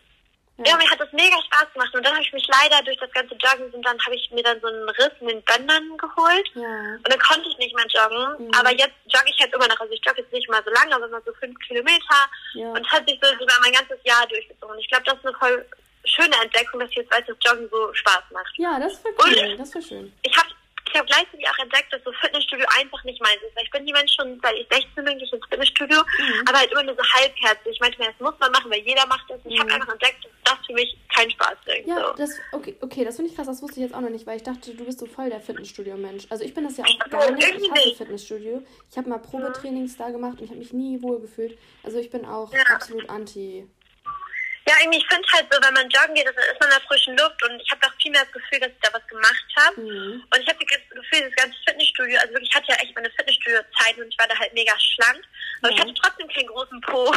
Ja. ja, mir hat das mega Spaß gemacht und dann habe ich mich leider durch das ganze Joggen und dann habe ich mir dann so einen Riss in den Bändern geholt ja. und dann konnte ich nicht mehr joggen, mhm. aber jetzt jogge ich halt immer noch, also ich jogge jetzt nicht mal so lange, aber immer so fünf Kilometer ja. und es hat sich so sogar mein ganzes Jahr durchgezogen. Ich glaube, das ist eine voll schöne Entdeckung, dass ich jetzt weiß, dass Joggen so Spaß macht. Ja, das ist voll cool, und das ist schön. Ich habe Ich habe gleichzeitig auch entdeckt, dass so Fitnessstudio einfach nicht meins ist. Weil ich bin die Mensch schon, seit ich sechzehn bin, gehe ich ins Fitnessstudio, mhm. aber halt immer nur so halbherzig. Ich meinte mir, das muss man machen, weil jeder macht das. Und ich mhm. habe einfach entdeckt, dass das für mich keinen Spaß bringt. Ja, so. das, okay, okay, das finde ich krass, das wusste ich jetzt auch noch nicht, weil ich dachte, du bist so voll der Fitnessstudio-Mensch. Also ich bin das ja auch gar nicht, ich hasse Fitnessstudio. Ich habe mal Probetrainings da gemacht und ich habe mich nie wohl gefühlt. Also ich bin auch ja. absolut anti. Ja, irgendwie, ich finde halt so, wenn man joggen geht, dann ist man in der frischen Luft und ich habe auch viel mehr das Gefühl, dass ich da was gemacht habe. Mhm. Und ich habe das Gefühl, das ganze Fitnessstudio, also wirklich, ich hatte ja echt meine Fitnessstudio-Zeit und ich war da halt mega schlank. Aber ja. ich hatte trotzdem keinen großen Po.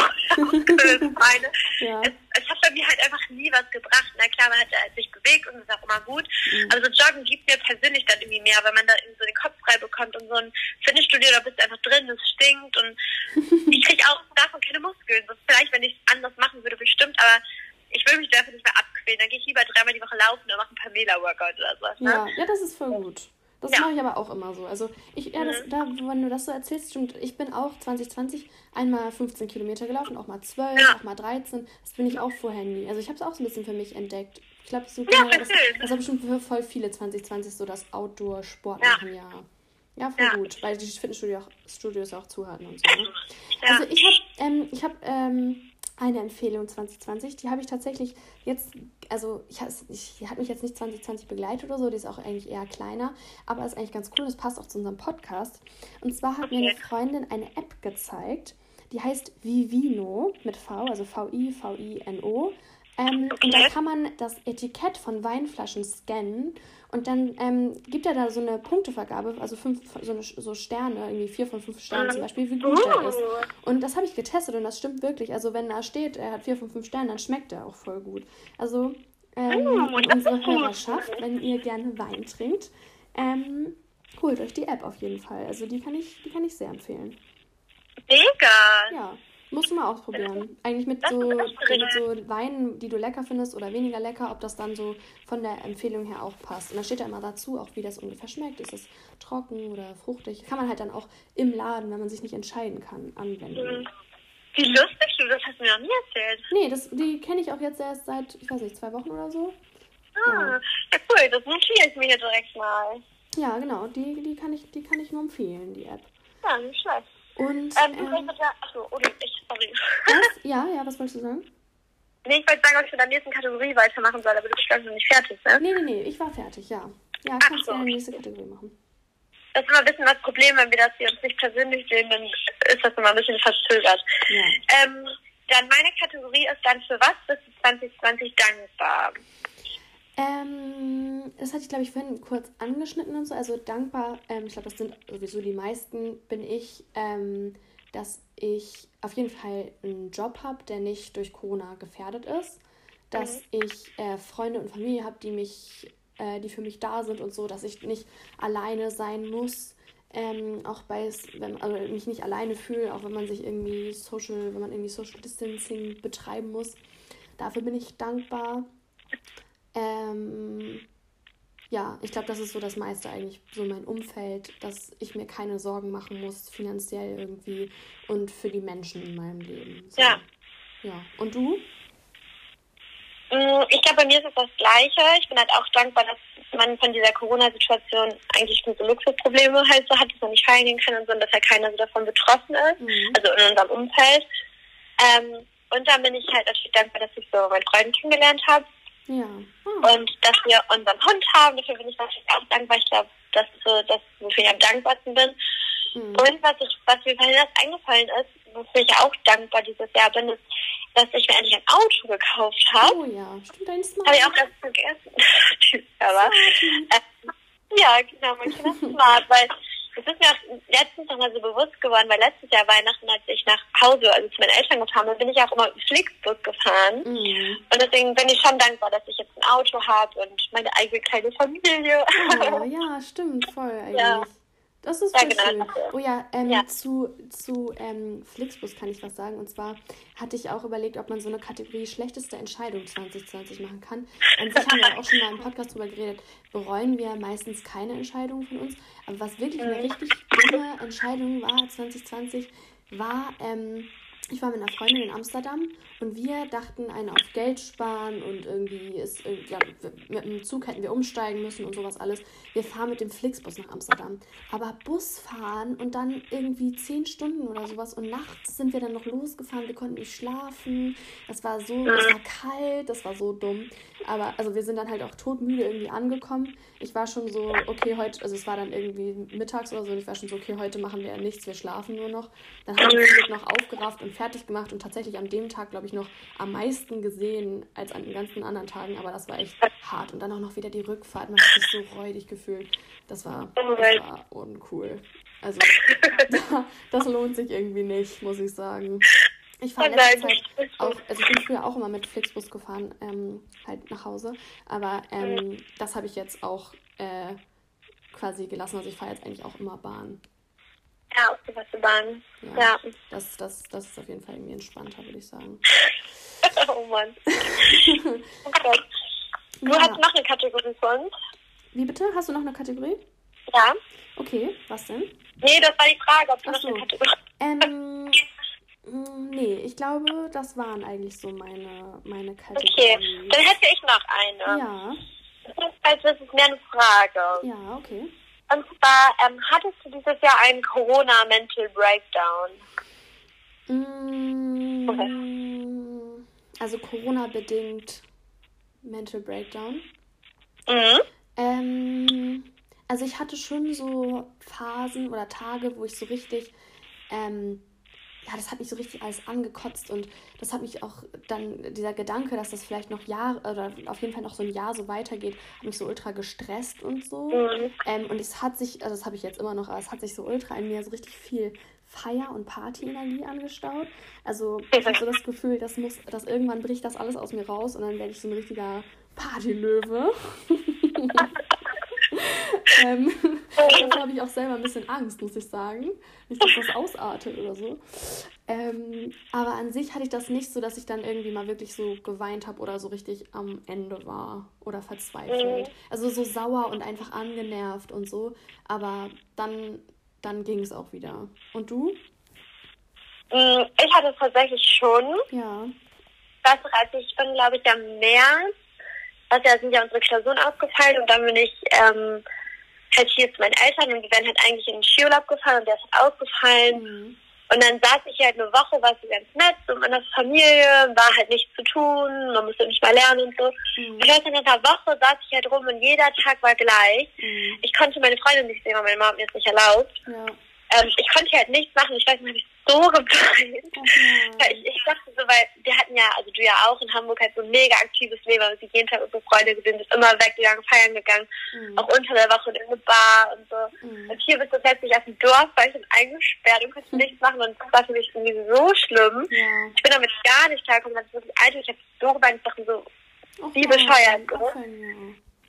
meine. ja. es, es hat bei mir halt einfach nie was gebracht. Na klar, man hat ja sich bewegt und das ist auch immer gut. Mhm. Aber so Joggen gibt mir persönlich dann irgendwie mehr, weil man da irgendwie so den Kopf frei bekommt und so ein Fitnessstudio, da bist du einfach drin, es stinkt und ich kriege auch davon keine Muskeln. Das vielleicht, wenn ich es anders machen würde, bestimmt, aber ich will mich dafür nicht mehr abquälen. Dann gehe ich lieber dreimal die Woche laufen oder mache ein Pamela-Workout oder sowas. Ne? Ja, ja, das ist voll gut. Das ja. mache ich aber auch immer so. Also ich, ja, das, da, wenn du das so erzählst, stimmt, ich bin auch zwanzig zwanzig einmal fünfzehn Kilometer gelaufen, auch mal zwölf, ja. auch mal dreizehn. Das bin ich auch vorher nie. Also ich habe es auch so ein bisschen für mich entdeckt. Ich glaube, so ja, das, das haben bestimmt für voll viele zwanzig zwanzig so das Outdoor-Sport ja. machen, ja. Ja, voll ja. gut, weil die Fitnessstudios auch zu hatten und so. Ne? Ja. Also ich habe ähm, ich hab, ähm, eine Empfehlung zwanzig zwanzig, die habe ich tatsächlich jetzt, also ich, ich die hat mich jetzt nicht zwanzig zwanzig begleitet oder so, die ist auch eigentlich eher kleiner, aber ist eigentlich ganz cool, das passt auch zu unserem Podcast. Und zwar hat okay. mir eine Freundin eine App gezeigt, die heißt Vivino mit V, also V I V I N O. Ähm, okay. Und da kann man das Etikett von Weinflaschen scannen und dann ähm, gibt er da so eine Punktevergabe, also fünf so, eine, so Sterne, irgendwie vier von fünf Sternen zum Beispiel, wie gut der ist. Und das habe ich getestet und das stimmt wirklich. Also wenn da steht, er hat vier von fünf Sternen, dann schmeckt er auch voll gut. Also ähm, oh, unsere Hörerschaft, wenn ihr gerne Wein trinkt, ähm, holt euch die App auf jeden Fall. Also die kann ich, die kann ich sehr empfehlen. Mega! Ja. Musst du mal ausprobieren. Eigentlich mit so, mit so Weinen, die du lecker findest oder weniger lecker, ob das dann so von der Empfehlung her auch passt. Und da steht da immer dazu, auch wie das ungefähr schmeckt. Ist es trocken oder fruchtig? Kann man halt dann auch im Laden, wenn man sich nicht entscheiden kann, anwenden. Wie lustig, du, das hast du mir noch nie erzählt. Nee, das, die kenne ich auch jetzt erst seit, ich weiß nicht, zwei Wochen oder so. Ah, ja, ja cool, das notiere ich mir hier direkt mal. Ja, genau, die, die, kann ich, die kann ich nur empfehlen, die App. Ja, nicht schlecht. Und, ähm, du ähm, bitte, achso, oder ich, sorry. Was? Ja, ja, was wolltest du sagen? Nee, ich wollte sagen, ob ich mit der nächsten Kategorie weitermachen soll, aber du bist glaube ich noch nicht fertig, ne? Nee, nee, nee, ich war fertig, ja. Ja, kannst du so. Die nächste Kategorie machen. Das ist immer ein bisschen das Problem, wenn wir das hier uns nicht persönlich sehen, dann ist das immer ein bisschen verzögert. Ja. Ähm, dann meine Kategorie ist dann, für was bist du zwanzig zwanzig dankbar? Ähm, das hatte ich, glaube ich, vorhin kurz angeschnitten und so. Also dankbar, ähm, ich glaube, das sind sowieso die meisten, bin ich, ähm, dass ich auf jeden Fall einen Job habe, der nicht durch Corona gefährdet ist. Dass mhm. ich äh, Freunde und Familie habe, die mich äh, die für mich da sind und so, dass ich nicht alleine sein muss. Ähm, auch bei, wenn, also mich nicht alleine fühle, auch wenn man sich irgendwie Social, wenn man irgendwie Social Distancing betreiben muss. Dafür bin ich dankbar. Ähm, ja, ich glaube, das ist so das meiste eigentlich, so mein Umfeld, dass ich mir keine Sorgen machen muss, finanziell irgendwie und für die Menschen in meinem Leben. So. Ja. Ja. Und du? Ich glaube, bei mir ist es das Gleiche. Ich bin halt auch dankbar, dass man von dieser Corona-Situation eigentlich nur so Luxusprobleme halt so hat, dass man nicht feiern gehen kann und so, und dass halt keiner so davon betroffen ist, mhm. also in unserem Umfeld. Ähm, und dann bin ich halt natürlich dankbar, dass ich so meinen Freund kennengelernt habe. Ja. Oh. Und dass wir unseren Hund haben. Dafür bin ich natürlich auch dankbar. Ich glaube, das ist so das, wofür ich am dankbarsten bin. Mhm. Und was, ich, was mir vorhin erst eingefallen ist, wofür ich auch dankbar dieses Jahr bin, ist, dass ich mir endlich ein Auto gekauft habe. Oh ja, stimmt, dein Smart. Habe ich auch ganz vergessen. Aber, äh, ja, genau, mein kleiner Smart, weil es ist mir auch letztens nochmal so bewusst geworden, weil letztes Jahr Weihnachten, als ich nach Hause, also zu meinen Eltern gefahren bin, bin ich auch immer mit Flixbus gefahren. Mhm. Und deswegen bin ich schon dankbar, dass ich jetzt ein Auto habe und meine eigene kleine Familie. Oh ja, stimmt, voll eigentlich. Ja. Das ist ja, voll genau. schön. Oh ja, ähm, ja. zu, zu ähm, Flixbus kann ich was sagen. Und zwar hatte ich auch überlegt, ob man so eine Kategorie schlechteste Entscheidung zwanzig zwanzig machen kann. An sich haben wir auch schon mal im Podcast drüber geredet, bereuen wir meistens keine Entscheidung von uns. Aber was wirklich eine richtig dumme Entscheidung war zwanzig zwanzig, war, ähm, ich war mit einer Freundin in Amsterdam und wir dachten einen auf Geld sparen und irgendwie ist, ja, mit dem Zug hätten wir umsteigen müssen und sowas alles. Wir fahren mit dem Flixbus nach Amsterdam. Aber Bus fahren und dann irgendwie zehn Stunden oder sowas und nachts sind wir dann noch losgefahren, wir konnten nicht schlafen. Das war so, das war kalt, das war so dumm. Aber also wir sind dann halt auch todmüde irgendwie angekommen. Ich war schon so, okay, heute, also es war dann irgendwie mittags oder so und ich war schon so, okay, heute machen wir ja nichts, wir schlafen nur noch. Dann haben wir uns noch aufgerafft und fertig gemacht und tatsächlich an dem Tag, glaube ich, noch am meisten gesehen als an den ganzen anderen Tagen, aber das war echt hart. Und dann auch noch wieder die Rückfahrt, man hat sich so räudig gefühlt. Das war, das war uncool. Also, das lohnt sich irgendwie nicht, muss ich sagen. Ich fahre in letzter Zeit auch, also ich bin früher auch immer mit Flixbus gefahren, ähm, halt nach Hause, aber ähm, das habe ich jetzt auch äh, quasi gelassen, also ich fahre jetzt eigentlich auch immer Bahn. Ja, auf die beste Bahn. Ja. ja. Das, das, das ist auf jeden Fall irgendwie entspannter, würde ich sagen. Oh Mann. Okay. Du ja. hast noch eine Kategorie für uns. Wie bitte? Hast du noch eine Kategorie? Ja. Okay, was denn? Nee, das war die Frage, ob du Ach noch so. eine Kategorie Ähm, nee, ich glaube, das waren eigentlich so meine, meine Kategorien. Okay, dann hätte ich noch eine. Ja. Also, das ist mehr eine Frage. Ja, okay. Und zwar, ähm, hattest du dieses Jahr einen Corona-Mental Breakdown? Mm, okay. Also Corona-bedingt Mental Breakdown? Mhm. Ähm, also ich hatte schon so Phasen oder Tage, wo ich so richtig, ähm, ja, das hat mich so richtig alles angekotzt und das hat mich auch dann, dieser Gedanke, dass das vielleicht noch Jahre oder auf jeden Fall noch so ein Jahr so weitergeht, hat mich so ultra gestresst und so. Mhm. Ähm, und es hat sich, also das habe ich jetzt immer noch, aber es hat sich so ultra in mir so richtig viel Feier- und Party-Energie angestaut. Also ich habe so das Gefühl, das muss, dass irgendwann bricht das alles aus mir raus und dann werde ich so ein richtiger Partylöwe. ähm, da habe ich auch selber ein bisschen Angst, muss ich sagen. Nicht, dass das ausartet oder so. Ähm, aber an sich hatte ich das nicht so, dass ich dann irgendwie mal wirklich so geweint habe oder so richtig am Ende war oder verzweifelt. Mhm. Also so sauer und einfach angenervt und so. Aber dann, dann ging es auch wieder. Und du? Ich hatte es tatsächlich schon. Ja. Das, als ich bin, glaube ich, im März, also da sind ja unsere Klausuren ausgefallen und dann bin ich ähm, halt hier zu meinen Eltern und wir wären halt eigentlich in den Skiurlaub gefahren und der ist halt ausgefallen. Mhm. Und dann saß ich halt eine Woche, war so ganz nett, so in meiner Familie, war halt nichts zu tun, man musste nicht mal lernen und so. Mhm. Und dann in einer Woche saß ich halt rum und jeder Tag war gleich. Mhm. Ich konnte meine Freundin nicht sehen, weil meine Mama mir das nicht erlaubt. Ja. Ähm, ich konnte halt nichts machen. Ich weiß nicht, habe ich so geweint. Mhm. Weil ich, ich dachte so, weil wir hatten ja, also du ja auch in Hamburg halt so ein mega aktives Leben, wir sind jeden Tag unsere Freunde gesehen, sind immer weggegangen, feiern gegangen, mhm. auch unter der Woche in eine Bar und so. Mhm. Und hier bist du plötzlich auf dem Dorf, weil ich bin eingesperrt und konnte nichts machen und das war für mich irgendwie so schlimm. Ja. Ich bin damit gar nicht klargekommen, das ist wirklich alt, ich habe so geweint, ich dachte so, oh, wie bescheuert. Okay, ja.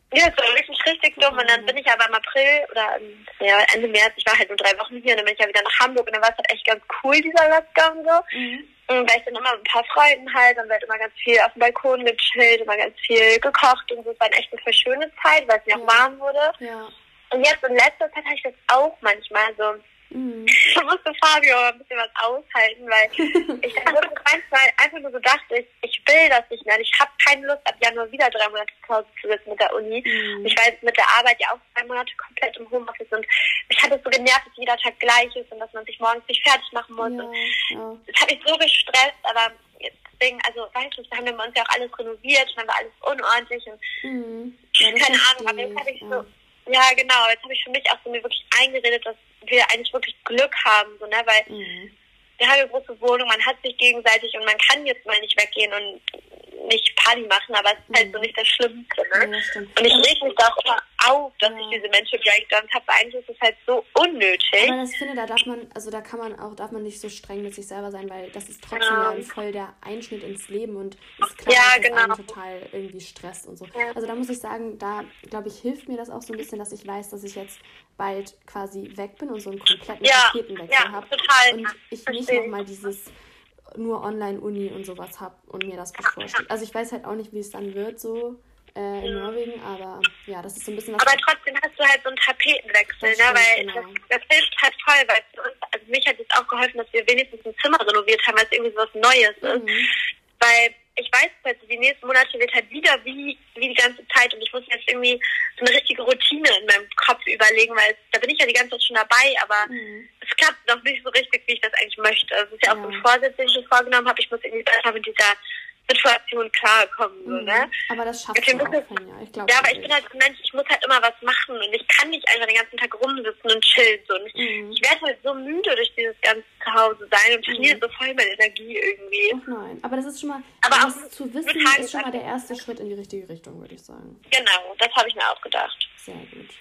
Ja, es war wirklich richtig dumm. Und dann bin ich aber im April oder ja, Ende März, ich war halt nur drei Wochen hier und dann bin ich ja wieder nach Hamburg und dann war es halt echt ganz cool, dieser Lockdown so. Mhm. Und weil ich dann immer mit ein paar Freunden halt, dann wird immer ganz viel auf dem Balkon gechillt, immer ganz viel gekocht und so. Es war echt eine voll schöne Zeit, weil es mir ja. auch warm wurde. Ja. Und jetzt in letzter Zeit habe ich das auch manchmal so. Mhm. Da musste Fabio ein bisschen was aushalten, weil ich dann wirklich manchmal einfach nur so dachte, ich, ich will das nicht mehr. Ich habe keine Lust, ab Januar wieder drei Monate zu Hause zu sitzen mit der Uni. Mhm. Ich war jetzt mit der Arbeit ja auch zwei Monate komplett im Homeoffice und mich hat es so genervt, dass jeder Tag gleich ist und dass man sich morgens nicht fertig machen muss. Ja, und ja. Das hat mich so gestresst, aber deswegen, also weißt du, da haben wir uns ja auch alles renoviert und dann war alles unordentlich und mhm. ja, keine Ahnung, aber jetzt habe ich so, ja genau, jetzt habe ich für mich auch so mir wirklich eingeredet, dass wir eigentlich wirklich Glück haben, so, ne, weil mhm. wir haben eine große Wohnung, man hat sich gegenseitig und man kann jetzt mal nicht weggehen und nicht Party machen, aber es ist mhm. halt so nicht das Schlimmste, ne? Ja, und ich reg mich da auch immer auf, dass ja. ich diese Mental Breakdowns habe, weil eigentlich ist es halt so unnötig. Aber das finde, da darf man, also da kann man auch, darf man nicht so streng mit sich selber sein, weil das ist trotzdem ja, ja voll der Einschnitt ins Leben und ist klar, ja, dass genau. das einen total irgendwie stresst und so. Ja. Also da muss ich sagen, da, glaube ich, hilft mir das auch so ein bisschen, dass ich weiß, dass ich jetzt bald quasi weg bin und so einen kompletten ja. Tapetenwechsel ja, habe. Total. Und ich Verstehe. nicht nochmal dieses nur Online-Uni und sowas habe und mir das bevorsteht. Also ich weiß halt auch nicht, wie es dann wird, so äh, in Norwegen, aber ja, das ist so ein bisschen was... Aber trotzdem hast du halt so einen Tapetenwechsel, ne? Weil genau. das, das hilft halt voll, weil für uns, also mich hat es auch geholfen, dass wir wenigstens ein Zimmer renoviert haben, weil es irgendwie so was Neues ist. Mhm. Weil ich weiß halt, die nächsten Monate wird halt wieder wie, wie die ganze Zeit und ich muss jetzt irgendwie so eine richtige Routine in meinem Kopf überlegen, weil es, da bin ich ja die ganze Zeit schon dabei, aber mhm. es klappt noch nicht so richtig, wie ich das eigentlich möchte. Es ist ja auch ja. so ein Vorsatz, den ich mir vorgenommen habe, ich muss irgendwie besser mit dieser Situation klarkommen. So, mhm. ne? Aber das schafft du auch, Fenja. Ich glaube Ja, aber ich bin halt ein Mensch, ich muss halt immer was machen und ich kann nicht einfach den ganzen Tag rumsitzen und chillen. So. Und mhm. ich werde halt so müde durch dieses ganze Zuhause sein und verliere mhm. so voll meine Energie irgendwie. Oh nein, aber das ist schon mal, aber das auch zu wissen, ist schon mal der erste Schritt in die richtige Richtung, würde ich sagen. Genau, das habe ich mir auch gedacht. Sehr gut.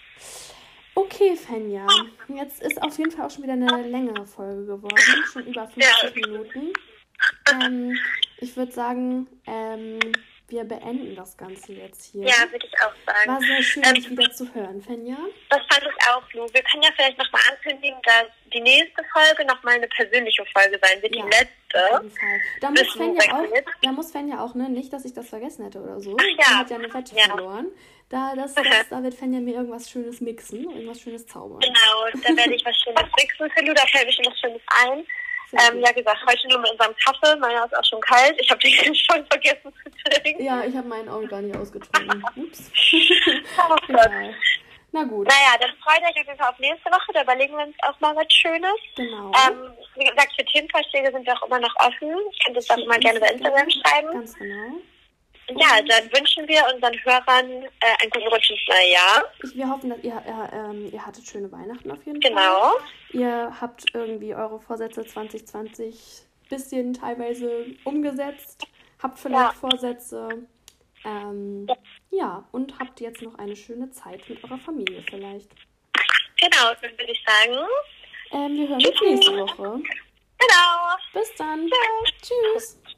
Okay, Fenja, jetzt ist auf jeden Fall auch schon wieder eine längere Folge geworden, schon über fünfzig ja. Minuten. Ähm, ich würde sagen, ähm, wir beenden das Ganze jetzt hier. Ja, würde ich auch sagen. War sehr schön, ähm, dich wieder zu hören, Fenja. Das fand ich auch, Lu. Wir können ja vielleicht nochmal ankündigen, dass die nächste Folge nochmal eine persönliche Folge sein wird, ja, die letzte. Auf jeden Fall. Da muss Fenja auch, da muss Fenja auch, ne, nicht, dass ich das vergessen hätte oder so. Ach ja. Sie hat ja eine Fette ja. verloren. Da, das, das, da wird Fenja mir irgendwas Schönes mixen, irgendwas Schönes zaubern. Genau, da werde ich was Schönes mixen für Lu, da fällt mir schon was Schönes ein. Ähm, ja, gesagt, heute nur mit unserem Kaffee. Meiner ist auch schon kalt. Ich habe den schon vergessen zu trinken. Ja, ich habe meinen auch gar nicht ausgetrunken. Ups. Oh Gott. Ja. Na gut. Naja, dann freut euch auf jeden Fall auf nächste Woche. Da überlegen wir uns auch mal was Schönes. Genau. Ähm, wie gesagt, für Themenvorschläge sind wir auch immer noch offen. Ich kann das auch immer gerne bei Instagram schreiben. Ganz genau. Ja, dann wünschen wir unseren Hörern äh, einen guten Rutsch ins neue Jahr. Ich, wir hoffen, dass ihr, äh, ähm, ihr hattet schöne Weihnachten auf jeden genau. Fall. Genau. Ihr habt irgendwie eure Vorsätze zwanzig zwanzig bisschen teilweise umgesetzt. Habt vielleicht ja. Vorsätze. Ähm, ja. ja, und habt jetzt noch eine schöne Zeit mit eurer Familie vielleicht. Genau, dann würde ich sagen. Ähm, wir hören uns nächste Woche. Genau. Bis dann. Tschüss. Tschüss.